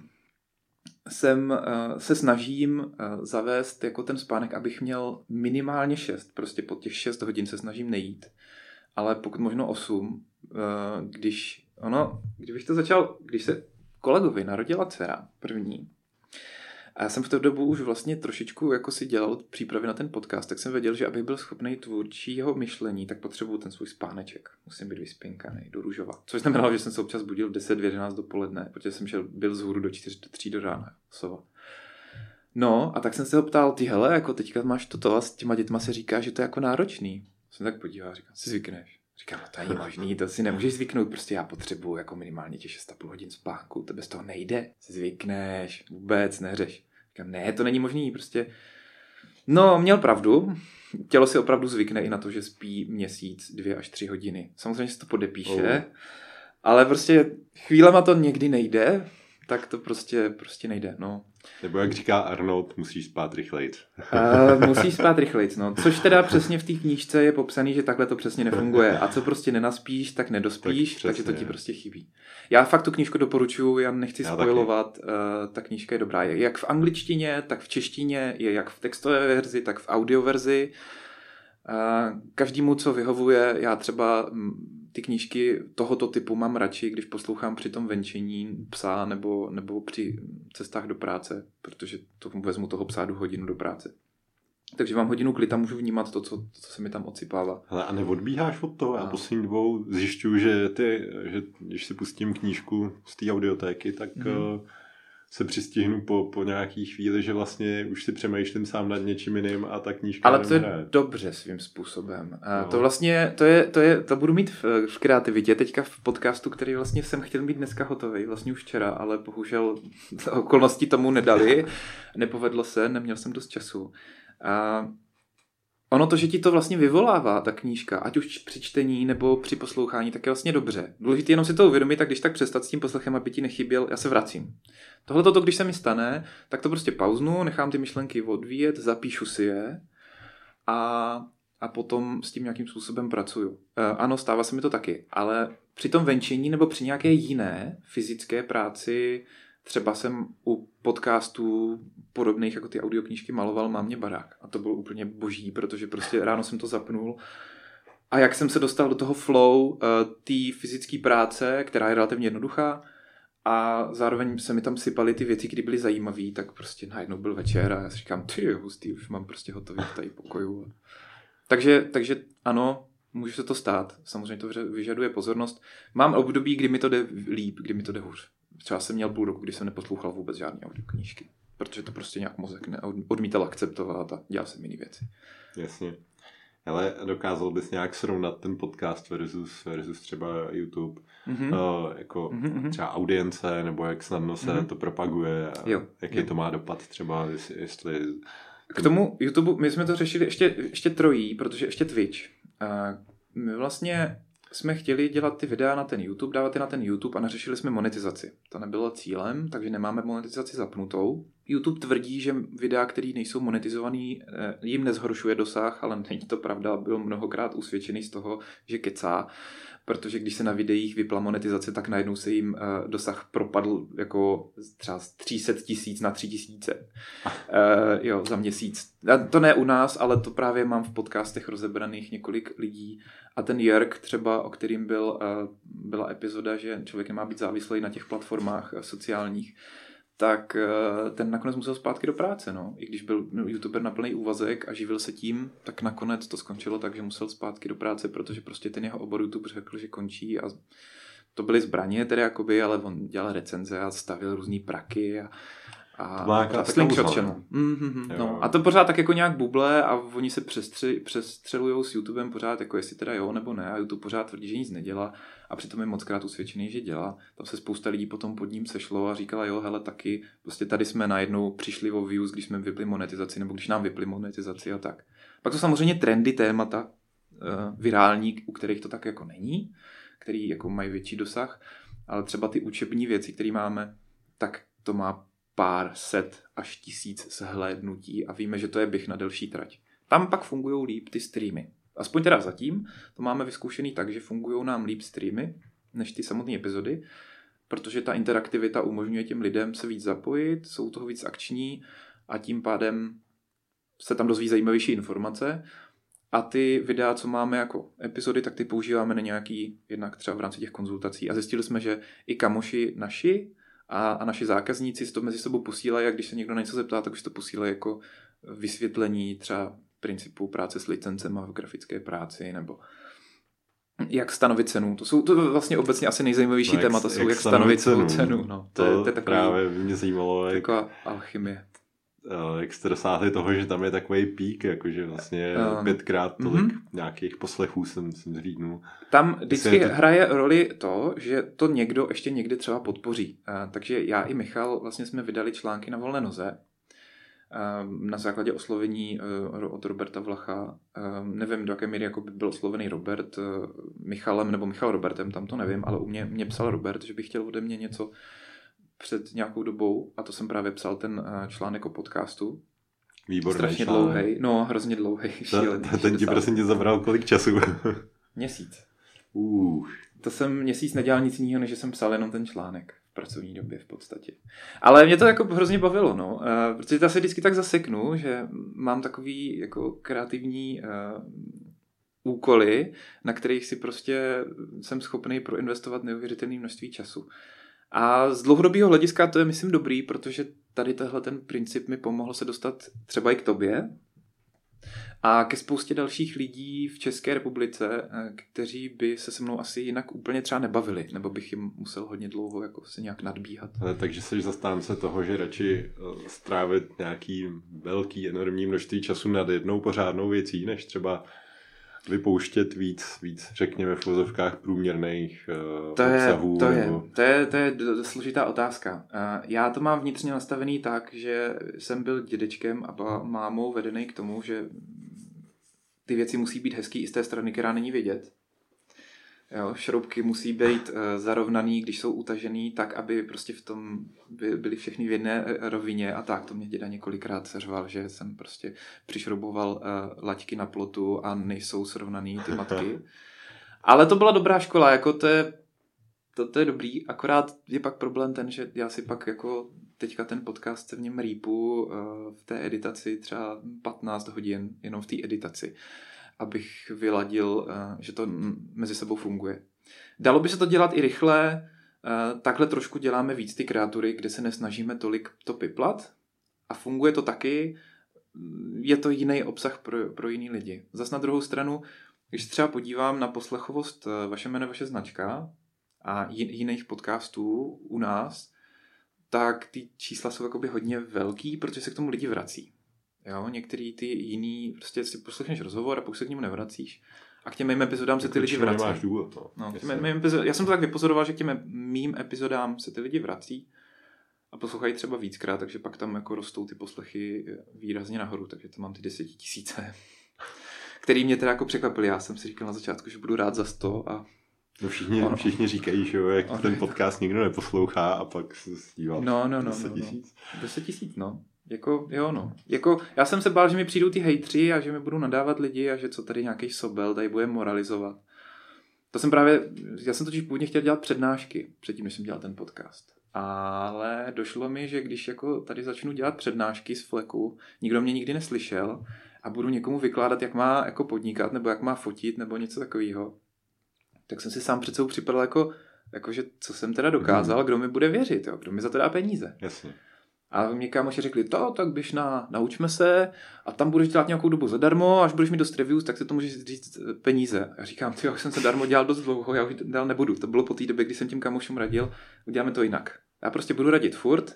se snažím zavést jako ten spánek, abych měl minimálně 6, prostě pod těch 6 hodin se snažím nejít, ale pokud možno 8, kdybych to začal, když se kolegovi narodila dcera první, a já jsem v té dobu už vlastně trošičku jako si dělal přípravy na ten podcast, tak jsem věděl, že abych byl schopný tvůrčího myšlení, tak potřebuju ten svůj spáneček. Musím být vyspinkaný, do růžova. Což znamenalo, že jsem se občas budil v 10, v 11 dopoledne, protože jsem byl vzhůru do 4, do 3 do rána. Sova. No a tak jsem se ho ptal, ty hele, jako teďka máš toto a s těma dětma se říká, že to je jako náročný. Jsem tak podíval, říkám, si zvykneš. Říkám, no to není možný, to si nemůžeš zvyknout, prostě já potřebuju jako minimálně těch 6,5 hodin spánku, to bez toho nejde, si zvykneš, vůbec neřeš. Říkám, ne, to není možný, prostě. No, měl pravdu, tělo si opravdu zvykne i na to, že spí měsíc, 2 až 3 hodiny. Samozřejmě se to podepíše, ale prostě chvílema to někdy nejde, tak to prostě nejde, no. Nebo jak říká Arnold, musíš spát rychlejc. Musíš spát rychlejc, no. Což teda přesně v té knížce je popsaný, že takhle to přesně nefunguje. A co prostě nenaspíš, tak nedospíš, takže to ti prostě chybí. Já fakt tu knížku doporučuji, já nechci spojovat, ta knížka je dobrá. Je jak v angličtině, tak v češtině, je jak v textové verzi, tak v audioverzi. Každému, co vyhovuje, já třeba ty knížky tohoto typu mám radši, když poslouchám při tom venčení psa nebo při cestách do práce, protože to vezmu toho psa, jdu hodinu do práce. Takže mám hodinu klid a můžu vnímat to, co se mi tam odsipává. Hele, a neodbíháš od toho? Já poslední dobou zjišťuju, že když si pustím knížku z té audiotéky, tak se přistihnu po nějaký chvíli, že vlastně už si přemýšlím sám nad něčím jiným a ta knížka ale to je dobře svým způsobem. No. To vlastně, to budu mít v kreativitě teďka v podcastu, který vlastně jsem chtěl mít dneska hotový, vlastně už včera, ale bohužel okolnosti tomu nedali, nepovedlo se, neměl jsem dost času. Ono to, že ti to vlastně vyvolává, ta knížka, ať už při čtení nebo při poslouchání, tak je vlastně dobře. Důležité jenom si to uvědomit, tak když tak přestat s tím poslechem, aby ti nechyběl, já se vracím. Tohle toto, když se mi stane, tak to prostě pauznu, nechám ty myšlenky odvíjet, zapíšu si je a potom s tím nějakým způsobem pracuju. Ano, stává se mi to taky, ale při tom venčení nebo při nějaké jiné fyzické práci, třeba jsem u podcastů podobných jako ty audioknížky maloval Mámě barák. A to bylo úplně boží, protože prostě ráno jsem to zapnul. A jak jsem se dostal do toho flow té fyzické práce, která je relativně jednoduchá, a zároveň se mi tam sypaly ty věci, které byly zajímavé, tak prostě najednou byl večer a já si říkám, ty hustý, už mám prostě hotový tady pokoju. Takže ano, může se to stát. Samozřejmě to vyžaduje pozornost. Mám období, kdy mi to jde líp, kdy mi to jde hůř. Třeba jsem měl půl roku, kdy jsem neposlouchal vůbec žádné audioknížky, protože to prostě nějak mozek odmítal akceptovat a dělal jsem jiné věci. Jasně. Ale dokázal bys nějak srovnat ten podcast versus třeba YouTube, třeba audience, nebo jak snadno se to propaguje a jaký to má dopad třeba, jestli... K tomu YouTube, my jsme to řešili ještě trojí, protože ještě Twitch. My vlastně jsme chtěli dělat ty videa na ten YouTube, dávat je na ten YouTube a neřešili jsme monetizaci. To nebylo cílem, takže nemáme monetizaci zapnutou. YouTube tvrdí, že videa, které nejsou monetizovaný, jim nezhoršuje dosah, ale není to pravda, byl mnohokrát usvědčený z toho, že kecá, protože když se na videích vypla monetizace, tak najednou se jim dosah propadl jako třeba z 300 000 na 3000 za měsíc. A to ne u nás, ale to právě mám v podcastech rozebraných několik lidí. A ten Jörg třeba, o kterým byla epizoda, že člověk nemá být závislý na těch platformách sociálních, tak ten nakonec musel zpátky do práce. No. I když byl youtuber na plný úvazek a živil se tím, tak nakonec to skončilo tak, že musel zpátky do práce, protože prostě ten jeho obor YouTube řekl, že končí a to byly zbraně tedy jakoby, ale on dělal recenze a stavil různý praky a Slingshot Channel. No. A to pořád tak jako nějak buble a oni se přestřelujou s YouTubem pořád, jako jestli teda jo nebo ne, a YouTube pořád tvrdí, že nic nedělá a přitom je mockrát usvědčený, že dělá. Tam se spousta lidí potom pod ním sešlo a říkala, jo, hele, taky prostě tady jsme najednou přišli o views, když jsme vypli monetizaci nebo když nám vypli monetizaci a tak. Pak to samozřejmě trendy, témata virální, u kterých to tak jako není, který jako mají větší dosah, ale třeba ty učební věci, které máme, tak to má pár set až 1000 zhlédnutí a víme, že to je běh na delší trať. Tam pak fungují líp ty streamy. Aspoň teda zatím to máme vyzkoušený tak, že fungují nám líp streamy než ty samotné epizody, protože ta interaktivita umožňuje těm lidem se víc zapojit, jsou toho víc akční a tím pádem se tam dozví zajímavější informace. A ty videa, co máme jako epizody, tak ty používáme na nějaký, jednak třeba v rámci těch konzultací. A zjistili jsme, že i kamoši naši a naši zákazníci si to mezi sebou posílají a když se někdo na něco zeptá, tak už to posílají jako vysvětlení třeba principu práce s licencema v grafické práci nebo jak stanovit cenu. To vlastně obecně asi nejzajímavější témata jsou, jak stanovit cenu. No, to je takový, právě mě zajímalo, taková alchymie. Jak jste dosáhli toho, že tam je takový pík, jakože vlastně 5x tolik nějakých poslechů jsem zhlídnul. Tam vždycky hraje roli to, že to někdo ještě někdy třeba podpoří. Takže já i Michal vlastně jsme vydali články na volné noze na základě oslovení od Roberta Vlacha. Nevím, do jaké míry jako by byl oslovený Robert Michalem nebo Michal Robertem, tam to nevím, ale u mě psal Robert, že by chtěl ode mě něco před nějakou dobou a to jsem právě psal ten článek o podcastu. Výborný strašně článek. Dlouhý, no hrozně dlouhý. Ten ti prosím tě zabral kolik času? Měsíc. Uh. To jsem měsíc nedělal nic jiného, než že jsem psal jenom ten článek v pracovní době v podstatě. Ale mě to jako hrozně bavilo, no. Protože já se vždycky tak zaseknu, že mám takový jako kreativní úkoly, na kterých si prostě jsem schopný proinvestovat neuvěřitelné množství času. A z dlouhodobého hlediska to je, myslím, dobrý, protože tady tenhle ten princip mi pomohl se dostat třeba i k tobě a ke spoustě dalších lidí v České republice, kteří by se mnou asi jinak úplně třeba nebavili, nebo bych jim musel hodně dlouho jako se nějak nadbíhat. Takže jsi zastánce toho, že radši strávit nějaký velký, enormní množství času nad jednou pořádnou věcí, než třeba vypouštět víc řekněme v uvozovkách průměrných obsahů. To je složitá otázka. Já to mám vnitřně nastavený tak, že jsem byl dědečkem a mámou vedený k tomu, že ty věci musí být hezký i z té strany, která není vidět. Jo, šroubky musí být zarovnaný, když jsou utažený, tak, aby prostě v tom byly všechny v jedné rovině a tak. To mě děda několikrát seřval, že jsem prostě přišrouboval laťky na plotu a nejsou srovnaný ty matky. Ale to byla dobrá škola, jako to je dobrý, akorát je pak problém ten, že já si pak jako teďka ten podcast se v něm rýpu v té editaci třeba 15 hodin, jenom v té editaci, abych vyladil, že to mezi sebou funguje. Dalo by se to dělat i rychle, takhle trošku děláme víc ty kreatury, kde se nesnažíme tolik to piplat a funguje to taky, je to jiný obsah pro jiný lidi. Zas na druhou stranu, když třeba podívám na poslechovost Vaše jméno, vaše značka a jiných podcastů u nás, tak ty čísla jsou jakoby hodně velký, protože se k tomu lidi vrací. Jo, některý ty jiný, prostě si poslechneš rozhovor a pokud se k němu nevracíš a k těm mým epizodám se ty lidi vrací. Nemáš důvod, no, já jsem to tak vypozoroval, že k těm mým epizodám se ty lidi vrací a poslouchají třeba víckrát, takže pak tam jako rostou ty poslechy výrazně nahoru, takže to mám ty 10 000, který mě teda jako překvapili. Já jsem si říkal na začátku, že budu rád za 100 a no všichni říkají, že jo, jak ten podcast nikdo neposlouchá a pak se dívá 10 000. 10 000, no. Jako, jo, no. Jako, já jsem se bál, že mi přijdou ty hejtři a že mi budou nadávat lidi a že co tady nějaký sobel tady bude moralizovat. Já jsem totiž původně chtěl dělat přednášky předtím, než jsem dělal ten podcast. Ale došlo mi, že když jako tady začnu dělat přednášky z fleku, nikdo mě nikdy neslyšel a budu někomu vykládat, jak má jako podnikat nebo jak má fotit nebo něco takového, tak jsem si sám před sebou připadal jako, že co jsem teda dokázal, kdo mi bude věřit, jo? Kdo mi za to dá peníze. Jasně. A mě kámoši řekli, tak běž naučme se a tam budeš dělat nějakou dobu zadarmo, až budeš mít dost reviews, tak si to můžeš říct peníze. A říkám, já jsem se darmo dělal dost dlouho, já už dál nebudu. To bylo po té době, kdy jsem tím kámošům radil, uděláme to jinak. Já prostě budu radit furt,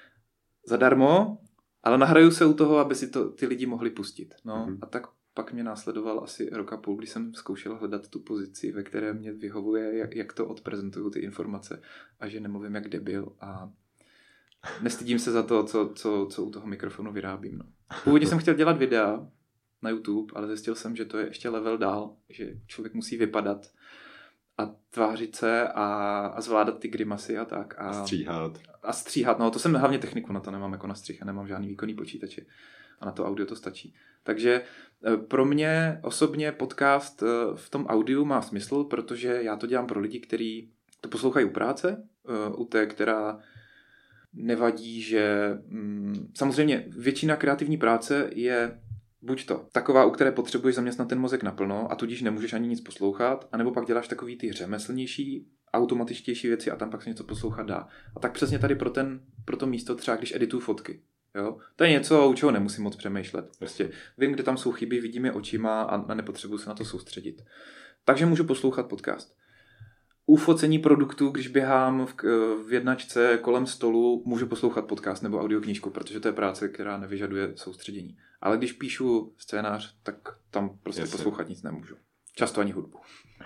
zadarmo, ale nahraju se u toho, aby si to ty lidi mohli pustit. No, a tak pak mě následoval asi rok a půl, kdy jsem zkoušel hledat tu pozici, ve které mě vyhovuje, jak to odprezentuju ty informace a že nemluvím jak debil a nestydím se za to, co u toho mikrofonu vyrábím. No. Původně jsem chtěl dělat videa na YouTube, ale zjistil jsem, že to je ještě level dál, že člověk musí vypadat a tvářit se a zvládat ty grimasy a tak. A stříhat, no to jsem hlavně techniku na to nemám jako na střih a nemám žádný výkonný počítače a na to audio to stačí. Takže pro mě osobně podcast v tom audiu má smysl, protože já to dělám pro lidi, kteří to poslouchají u práce, u té, která nevadí, že samozřejmě většina kreativní práce je buď to taková, u které potřebuješ zaměstnat ten mozek naplno a tudíž nemůžeš ani nic poslouchat, anebo pak děláš takový ty řemeslnější, automatičtější věci a tam pak se něco poslouchat dá. A tak přesně tady pro to místo třeba, když edituju fotky. Jo? To je něco, u čeho nemusím moc přemýšlet. Prostě vím, kde tam jsou chyby, vidím je očima a nepotřebuji se na to soustředit. Takže můžu poslouchat podcast. U focení produktů, když běhám v jednačce kolem stolu, můžu poslouchat podcast nebo audioknížku, protože to je práce, která nevyžaduje soustředění. Ale když píšu scénář, tak tam prostě poslouchat nic nemůžu. Často ani hudbu.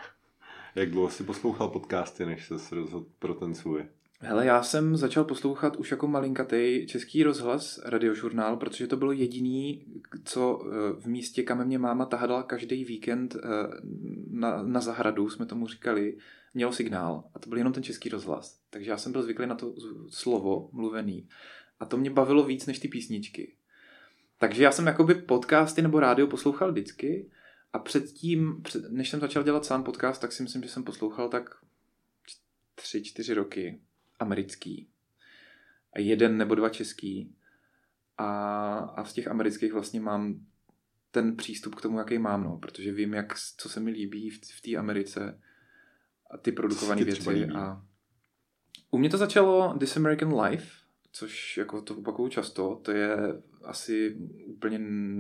Jak dlouho jsi poslouchal podcasty, než se rozhodl pro ten svůj? Hele, já jsem začal poslouchat už jako malinkatej Český rozhlas, radiožurnál, protože to bylo jediný, co v místě, kam mě máma tahadala každý víkend na zahradu, jsme tomu říkali, mělo signál a to byl jenom ten Český rozhlas. Takže já jsem byl zvyklý na to slovo mluvený a to mě bavilo víc než ty písničky. Takže já jsem jakoby podcasty nebo rádio poslouchal vždycky a předtím, než jsem začal dělat sám podcast, tak si myslím, že jsem poslouchal tak 3-4 roky americký a 1 nebo 2 český a z těch amerických vlastně mám ten přístup k tomu, jaký mám, no, protože vím, co se mi líbí v té Americe a ty produkované věci. A u mě to začalo This American Life, což jako to opakuju často, to je asi úplně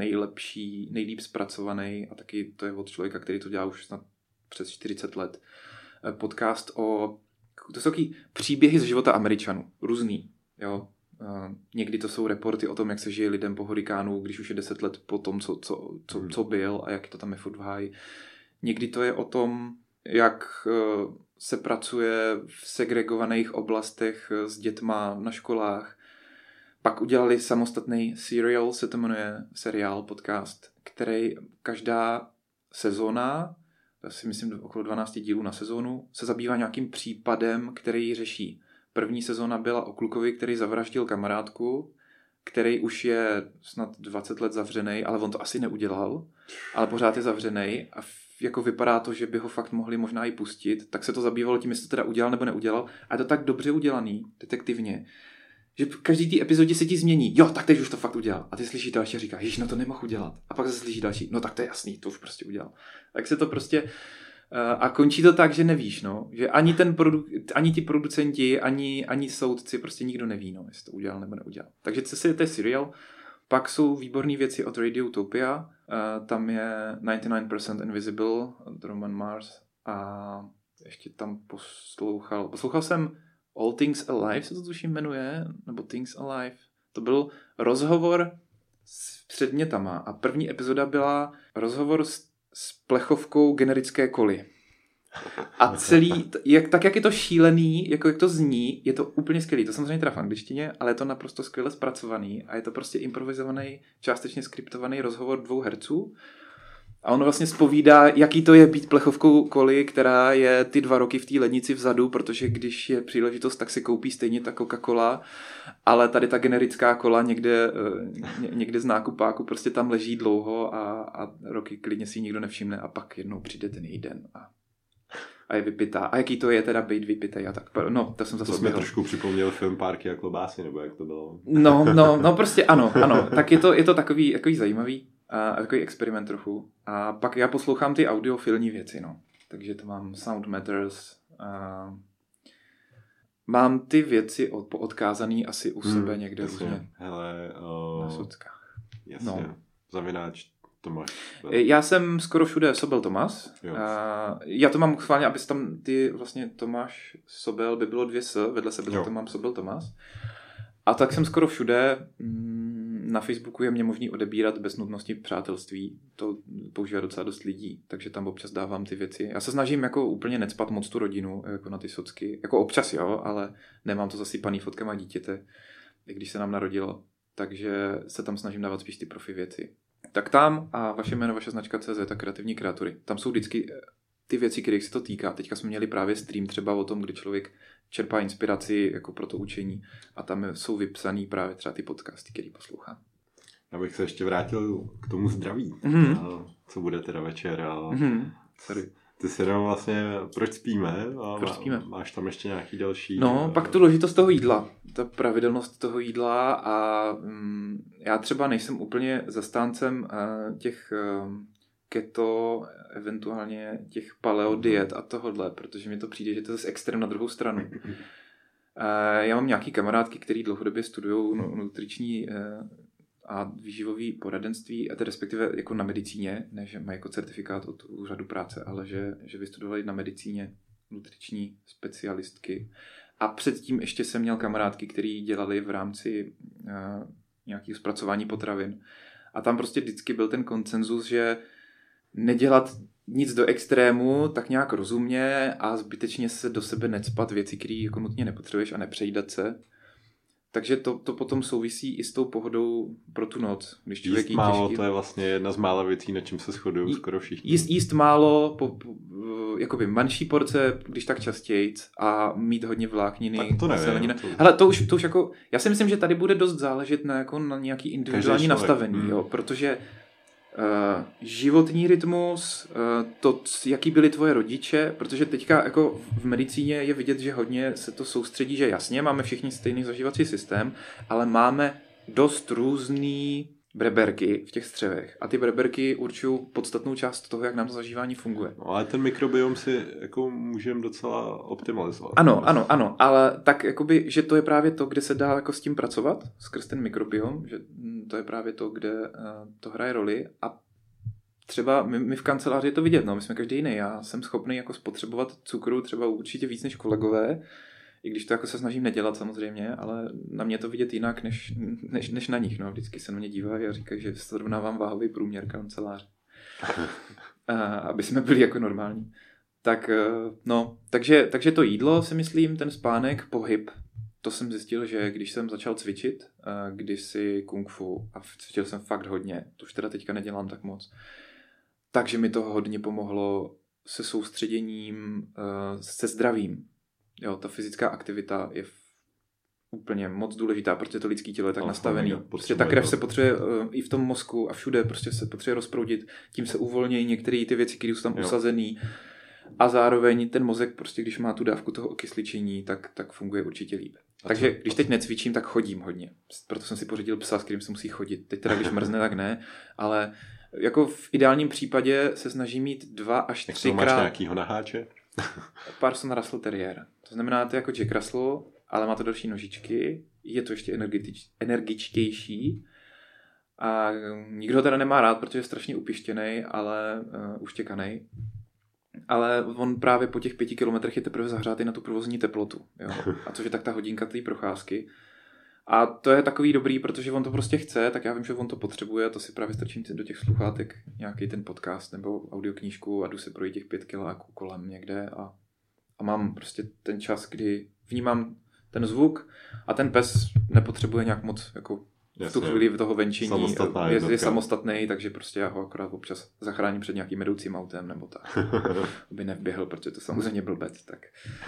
nejlíp zpracovaný a taky to je od člověka, který to dělá už snad přes 40 let. Podcast to jsou takový příběhy z života Američanů, různý, jo. Někdy to jsou reporty o tom, jak se žije lidem po hurikánu, když už je 10 let po tom, co byl a jak to tam je furt v háji. Někdy to je o tom, jak se pracuje v segregovaných oblastech s dětma na školách. Pak udělali samostatný serial, se to jmenuje seriál, podcast, který každá sezóna, asi myslím okolo 12 dílů na sezónu, se zabývá nějakým případem, který řeší. První sezóna byla o klukovi, který zavraždil kamarádku, který už je snad 20 let zavřený, ale on to asi neudělal, ale pořád je zavřený a jako vypadá to, že by ho fakt mohli možná i pustit, tak se to zabývalo tím, jestli to teda udělal nebo neudělal. A je to tak dobře udělaný, detektivně, že každý té epizodě se ti změní. Jo, tak teď už to fakt udělal. A ty slyšíš další a říkáš, ježiš, no to nemohl udělat. A pak zase slyšíš další, no tak to je jasný, to už prostě udělal. Tak se to prostě a končí to tak, že nevíš, no, že ani ti producenti, ani soudci, prostě nikdo neví, no, jestli to udělal nebo neudělal. Takže to je serial. Pak jsou výborné věci od Radiotopia, tam je 99% Invisible od Roman Mars a ještě tam poslouchal jsem All Things Alive, se to tuším jmenuje, nebo Things Alive. To byl rozhovor s předmětama a první epizoda byla rozhovor s plechovkou generické koly. A celý, jak je to šílený, jako jak to zní, je to úplně skvělý. To samozřejmě teda v angličtině, ale je to naprosto skvěle zpracovaný a je to prostě improvizovaný, částečně skriptovaný rozhovor 2 herců. A on vlastně zpovídá, jaký to je být plechovkou koly, která je ty 2 roky v té lednici vzadu, protože když je příležitost, tak se koupí stejně ta Coca-Cola, ale tady ta generická kola někde z nákupáku prostě tam leží dlouho a roky klidně si ji nikdo nevšimne a pak jednou přijde ten její den a je vypitá. A jaký to je teda být vypitej a tak. No, to jsem zase odběhl. To jsme trošku připomněl film Párky a klobásy, nebo jak to bylo? No, prostě ano. Tak je to takový zajímavý a takový experiment trochu. A pak já poslouchám ty audiofilní věci, no. Takže to mám Sound Matters. Mám ty věci poodkázaný asi u sebe někde různě. Hele, na sockách. Jasně, no. Zavináč Tomáš. Já jsem skoro všude Sobel Tomas. Já to mám chválně, aby tam ty vlastně Tomáš Sobel by bylo 2 s, vedle sebe to mám Sobel Tomas. A tak jsem skoro všude. Na Facebooku je mě možný odebírat bez nutnosti přátelství. To používá docela dost lidí, takže tam občas dávám ty věci. Já se snažím jako úplně necpat moc tu rodinu, jako na ty socky. Jako občas jo, ale nemám to zasypaný fotkama dítěte, i když se nám narodilo. Takže se tam snažím dávat spíš ty profi věci. Tak tam a vaše jméno, vaše značka CZ a kreativní kreatury. Tam jsou vždycky ty věci, kterých se to týká. Teďka jsme měli právě stream třeba o tom, kdy člověk čerpá inspiraci jako pro to učení a tam jsou vypsaný právě třeba ty podcasty, který poslouchám. Já bych se ještě vrátil k tomu zdraví. Co bude teda večer? Sorry. Ty se jenom vlastně, proč spíme? Máš tam ještě nějaký další... No, pak tu důležitost toho jídla. Ta pravidelnost toho jídla a já třeba nejsem úplně zastáncem těch keto, eventuálně těch paleo diet a tohodle, protože mi to přijde, že to je zase extrém na druhou stranu. Já mám nějaký kamarádky, který dlouhodobě studují nutriční a výživový poradenství, a to respektive jako na medicíně, ne že mají jako certifikát od úřadu práce, ale že vystudovali na medicíně nutriční specialistky. A předtím ještě jsem měl kamarádky, který dělali v rámci nějakého zpracování potravin. A tam prostě vždycky byl ten konsenzus, že nedělat nic do extrému, tak nějak rozumně a zbytečně se do sebe necpat věci, které jako nutně nepotřebuješ a nepřejídat se. Takže to potom souvisí i s tou pohodou pro tu noc. Když člověk jíst málo, to je vlastně jedna z mála věcí, na čem se shodují skoro všichni. Jíst málo, jakoby menší porce, když tak častějc a mít hodně vlákniny. Tak to nevím. Hele, to už jako, já si myslím, že tady bude dost záležet na nějaký individuální nastavení, jo, protože životní rytmus, to, jaký byli tvoje rodiče, protože teďka jako v medicíně je vidět, že hodně se to soustředí, že jasně, máme všichni stejný zažívací systém, ale máme dost různý breberky v těch střevech a ty breberky určují podstatnou část toho, jak nám to zažívání funguje. No, ale ten mikrobiom si jako můžeme docela optimalizovat. Ano, ale tak jakoby, že to je právě to, kde se dá jako s tím pracovat, skrz ten mikrobiom, že to je právě to, kde to hraje roli a třeba my v kanceláři je to vidět, no, my jsme každý jiný, já jsem schopný jako spotřebovat cukru třeba určitě víc než kolegové, i když to jako se snažím nedělat samozřejmě, ale na mě to vidět jinak než na nich. No. Vždycky se na mě dívají a říkají, že srovnávám váhový průměr kanceláře. Aby jsme byli jako normální. Tak, no, takže to jídlo si myslím, ten spánek, pohyb, to jsem zjistil, že když jsem začal cvičit, kdysi kung fu a cvičil jsem fakt hodně, to už teda teďka nedělám tak moc, takže mi to hodně pomohlo se soustředěním, se zdravím. Jo, ta fyzická aktivita je úplně moc důležitá, protože to lidské tělo je tak nastavený. Prostě ta krev se potřebuje i v tom mozku a všude prostě se potřebuje rozproudit, tím se uvolnějí některé ty věci, které jsou tam usazený a zároveň ten mozek prostě, když má tu dávku toho okysličení, tak funguje určitě líp. Takže když teď necvičím, tak chodím hodně. Proto jsem si pořídil psa, s kterým se musí chodit. Teď teda, když mrzne, tak ne, ale jako v ideálním případě se snažím mít 2 až 3 krát. Máš nějakýho naháče? Parson Russell Terrier. To znamená, to je jako Jack Russell, ale má to další nožičky, je to ještě energičtější a nikdo ho teda nemá rád, protože je strašně upištěnej, ale uštěkanej. Ale on právě po těch 5 kilometrech je teprve zahřátý na tu provozní teplotu. Jo? A což je tak ta hodinka té procházky. A to je takový dobrý, protože on to prostě chce, tak já vím, že on to potřebuje a to si právě strčím do těch sluchátek nějaký ten podcast nebo audioknížku a jdu se projít těch 5 kiláků kolem někde a mám prostě ten čas, kdy vnímám ten zvuk a ten pes nepotřebuje nějak moc jako v tu chvíli toho venčení, je samostatný, takže prostě já ho akorát občas zachráním před nějakým jedoucím autem nebo tak, aby nevběhl, protože to samozřejmě blbec, tak...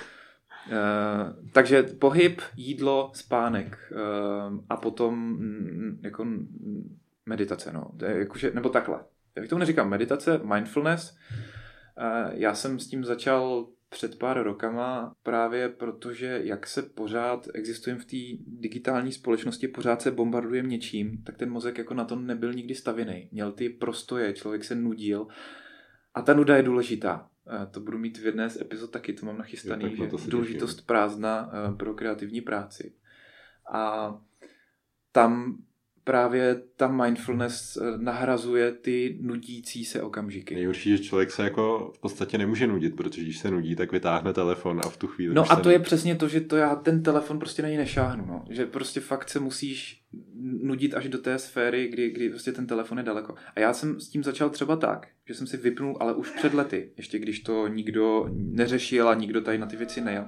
takže pohyb, jídlo, spánek a potom jako meditace, no. Jakože, nebo takhle. Já k tomu neříkám meditace, mindfulness. Já jsem s tím začal před pár rokama právě protože jak se pořád existujeme v té digitální společnosti, pořád se bombardujeme něčím, tak ten mozek jako na to nebyl nikdy stavěný. Měl ty prostoje, člověk se nudil a ta nuda je důležitá. To budu mít v jedné z epizod taky, to mám nachystaný, že důležitost prázdna pro kreativní práci. A tam právě ta mindfulness nahrazuje ty nudící se okamžiky. Nejhorší, že člověk se jako v podstatě nemůže nudit, protože když se nudí, tak vytáhne telefon a v tu chvíli... No a to je přesně to, že to já ten telefon prostě na něj nešáhnu, no. Že prostě fakt se musíš nudit až do té sféry, kdy prostě ten telefon je daleko. A já jsem s tím začal třeba tak, že jsem si vypnul, ale už před lety, ještě když to nikdo neřešil a nikdo tady na ty věci nejel.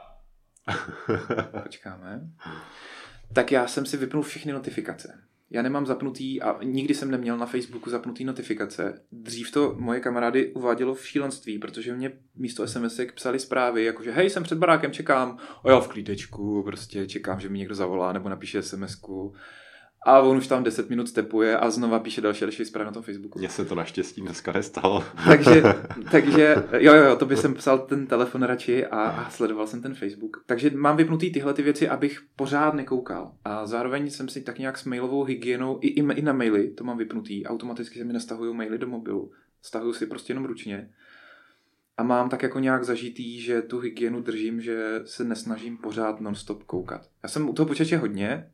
Počkáme. Tak já jsem si vypnul všechny notifikace. Já nemám zapnutý a nikdy jsem neměl na Facebooku zapnutý notifikace. Dřív to moje kamarády uvádělo v šílenství, protože mě místo SMSek psali zprávy, jakože hej, jsem před barákem, čekám. A já v klídečku, prostě čekám, že mi někdo zavolá nebo napíše SMSku. A on už tam 10 minut stepuje a znova píše další zprávy na tom Facebooku. Mně se to naštěstí dneska nestalo. takže jo, to by jsem psal ten telefon radši a sledoval jsem ten Facebook. Takže mám vypnutý tyhle ty věci, abych pořád nekoukal. A zároveň jsem si tak nějak s mailovou hygienou, i na maily, to mám vypnutý. Automaticky se mi nestahují maily do mobilu. Stahuju si prostě jenom ručně. A mám tak jako nějak zažitý, že tu hygienu držím, že se nesnažím pořád non-stop koukat. Já jsem u toho počítače hodně,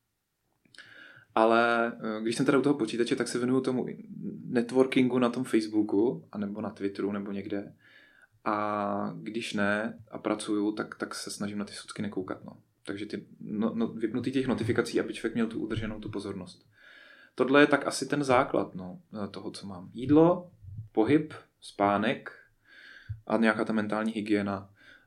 ale když jsem teda u toho počítače, tak se věnuju tomu networkingu na tom Facebooku, anebo na Twitteru, nebo někde. A když ne a pracuju, tak se snažím na ty sucky nekoukat. No. Takže vypnutí těch notifikací, aby člověk měl tu udrženou tu pozornost. Tohle je tak asi ten základ toho, co mám. Jídlo, pohyb, spánek a nějaká ta mentální hygiena.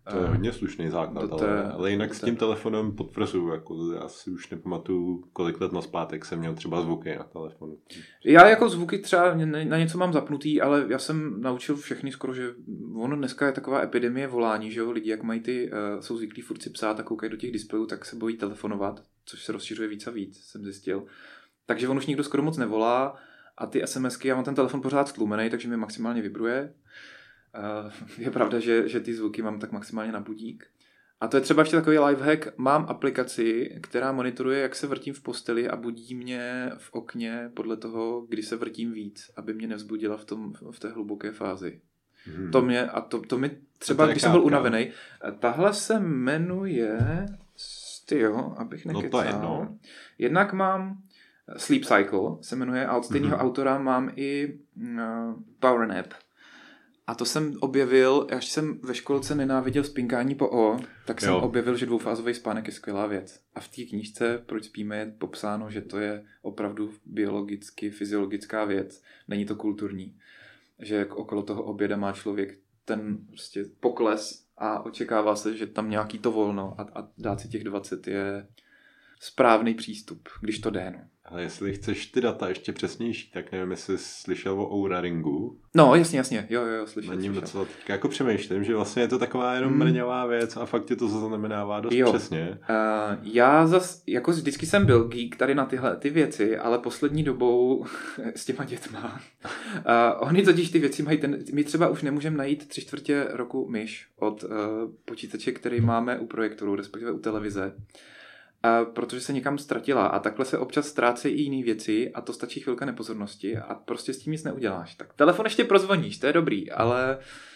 To je hodně slušný základ, ale jinak s tím telefonem potvrzuju, jako já si už nepamatuju, kolik let nazpátek jsem měl třeba zvuky na telefonu. Já jako zvuky třeba na něco mám zapnutý, ale já jsem naučil všechny skoro, že ono dneska je taková epidemie volání, že jo, lidi jak mají jsou zvyklí furt si psát a koukají do těch displejů, tak se bojí telefonovat, což se rozšiřuje víc a víc, jsem zjistil. Takže on už nikdo skoro moc nevolá a ty SMSky, já mám ten telefon pořád stlumený, takže mi maximálně vibruje. Je pravda, že ty zvuky mám tak maximálně na budík. A to je třeba ještě takový lifehack. Mám aplikaci, která monitoruje, jak se vrtím v posteli a budí mě v okně podle toho, kdy se vrtím víc, aby mě nevzbudila v té hluboké fázi. To mi třeba, když jsem byl unavený. Tahle se jmenuje abych nekecal. No to je jedno. Jednak mám Sleep Cycle, se jmenuje, a od stejného autora mám i Power Nap. A to jsem objevil, až jsem ve školce nenáviděl spinkání po O, tak jsem objevil, že dvoufázový spánek je skvělá věc. A v té knížce Proč spíme je popsáno, že to je opravdu biologicky, fyziologická věc. Není to kulturní. Že okolo toho oběda má člověk ten prostě pokles a očekává se, že tam nějaký to volno a dát si těch 20 je správný přístup, když to jde. No. Ale jestli chceš ty data ještě přesnější, tak nevím, jestli jsi slyšel o Oura Ringu. No, jasně, jo, slyšel. Na ním docela teďka jako přemýšlím, že vlastně je to taková jenom mrňavá věc a fakt je to zaznamenává dost přesně. Já zas, jako vždycky jsem byl geek tady na tyhle ty věci, ale poslední dobou s těma dětma. Oni totiž ty věci mají my třeba už nemůžeme najít 3/4 roku myš od počítače, který máme u projektoru, respektive u televize. Protože se někam ztratila a takhle se občas ztrácejí i jiné věci a to stačí chvilka nepozornosti a prostě s tím nic neuděláš. Tak telefon ještě prozvoníš, to je dobrý, ale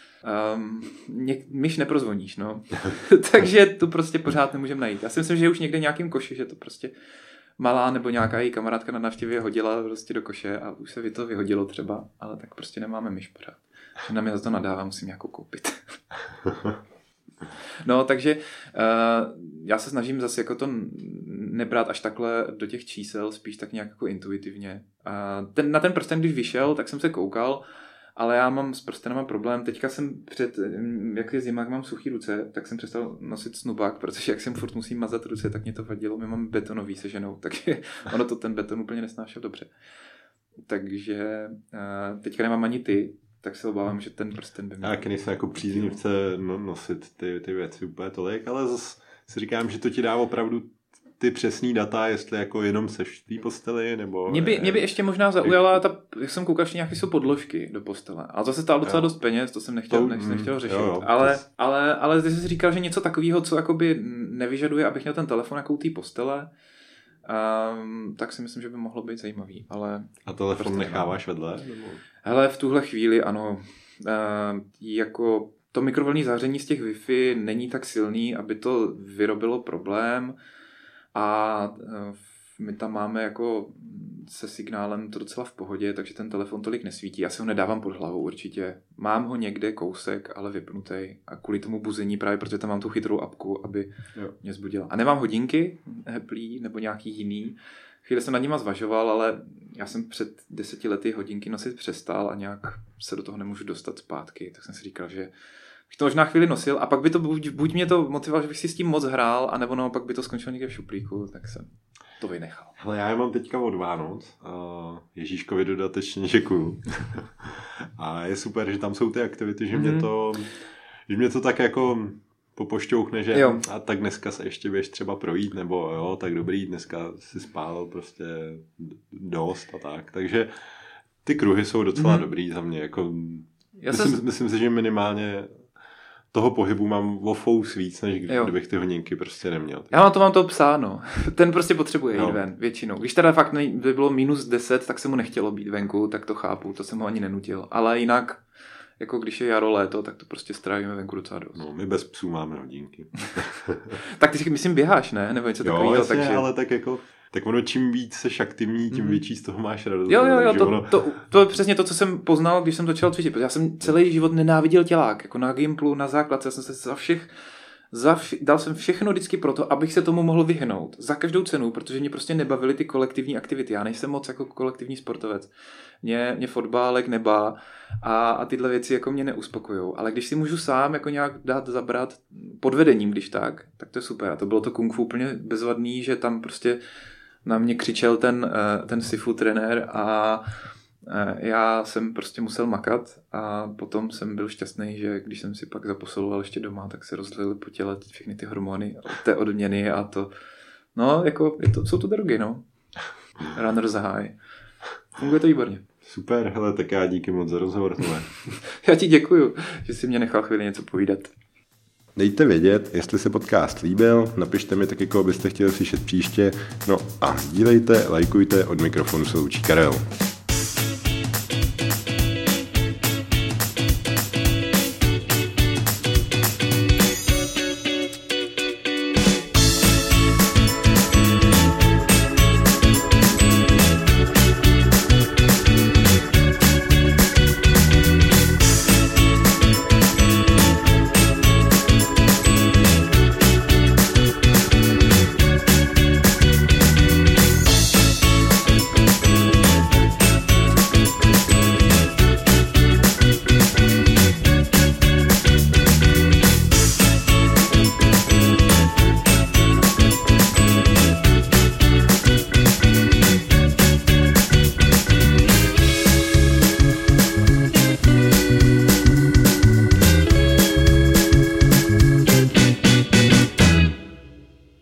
myš neprozvoníš, no. Takže tu prostě pořád nemůžeme najít. Já si myslím, že je už někde nějakým koši, že to prostě malá nebo nějaká její kamarádka na návštěvě hodila prostě do koše a už se to vyhodilo třeba, ale tak prostě nemáme myš pořád. Že na mě za to nadává, musím nějakou koupit. No, takže já se snažím zase jako to nebrát až takhle do těch čísel, spíš tak nějak jako intuitivně. Na ten prsten, když vyšel, tak jsem se koukal, ale já mám s prstenama problém. Teďka jsem jak je zima, jak mám suchý ruce, tak jsem přestal nosit snubák, protože jak jsem furt musím mazat ruce, tak mě to vadilo. My máme betonový se ženou, takže ono to ten beton úplně nesnášel dobře. Takže teďka nemám ani ty, tak se obávám, že ten prsten by měl. Já nejsem jako příznivce nosit ty věci úplně tolik, ale zase si říkám, že to ti dá opravdu ty přesný data, jestli jako jenom seš v té posteli, nebo... Mě by ještě možná zaujala, jak jsem koukal, že nějaké jsou podložky do postele. Ale to se stálo docela dost peněz, to jsem nechtěl řešit. Ale ty jsi říkal, že něco takového, co jakoby nevyžaduje, abych měl ten telefon jako u té postele, tak si myslím, že by mohlo být zajímavý. Ale a telefon prostě necháváš vedle? Nebo? Hele, v tuhle chvíli ano. Jako to mikrovlnné záření z těch Wi-Fi není tak silný, aby to vyrobilo problém a my tam máme jako se signálem to docela v pohodě, takže ten telefon tolik nesvítí. Já si ho nedávám pod hlavu určitě. Mám ho někde kousek, ale vypnutý a kvůli tomu buzení právě, protože tam mám tu chytrou apku, aby mě zbudila. A nemám hodinky, Apple nebo nějaký jiný. Chvíli jsem nad nima zvažoval, ale já jsem před 10 lety hodinky nosit přestal a nějak se do toho nemůžu dostat zpátky. Tak jsem si říkal, že bych to možná chvíli nosil a pak by to buď mě to motivovalo, že bych si s tím moc hrál, anebo naopak by to skončilo někde v šuplíku, tak jsem to vynechal. Hele, já je mám teďka od Vánoc. Ježíškovi dodatečně děkuju. A je super, že tam jsou ty aktivity, že mě to tak jako popošťouchne, že a tak dneska se ještě běž třeba projít, nebo tak dobrý, dneska si spál prostě dost a tak. Takže ty kruhy jsou docela dobrý za mě. Jako, myslím si, že minimálně toho pohybu mám o fous víc, než kdybych ty hodinky prostě neměl. Já mám to psáno. Ten prostě potřebuje jít ven většinou. Když teda fakt by bylo -10, tak se mu nechtělo být venku, tak to chápu, to jsem ho ani nenutil. Ale jinak jako když je jaro, léto, tak to prostě strávíme venku docela dost. No, my bez psů máme hodinky. Tak ty myslím běháš, ne? Nebo něco takového. Jasně, takže... ale tak jako... Tak ono čím víc seš aktivní, tím větší z toho máš radost. Jo, to je přesně to, co jsem poznal, když jsem začal cvičit. Já jsem celý život nenáviděl tělák. Jako na Gimplu, na základce, já jsem se Dal jsem všechno vždycky proto, abych se tomu mohl vyhnout. Za každou cenu, protože mě prostě nebavily ty kolektivní aktivity. Já nejsem moc jako kolektivní sportovec. Mě fotbálek nebá a tyhle věci jako mě neuspokojou. Ale když si můžu sám jako nějak dát zabrat pod vedením, když tak to je super. A to bylo to kung fu úplně bezvadný, že tam prostě na mě křičel ten sifu trenér a já jsem prostě musel makat a potom jsem byl šťastný, že když jsem si pak zaposiloval ještě doma, tak se rozlily po těle všechny ty hormony od té odměny a to, no jako jsou to drogy, no. Runner's high. Funguje to výborně. Super, hele, tak já díky moc za rozhovor. Já ti děkuju, že jsi mě nechal chvíli něco povídat. Dejte vědět, jestli se podcast líbil, napište mi taky, koho byste chtěli slyšet příště, no a dílejte, lajkujte, od mikrofonu se loučí Karel.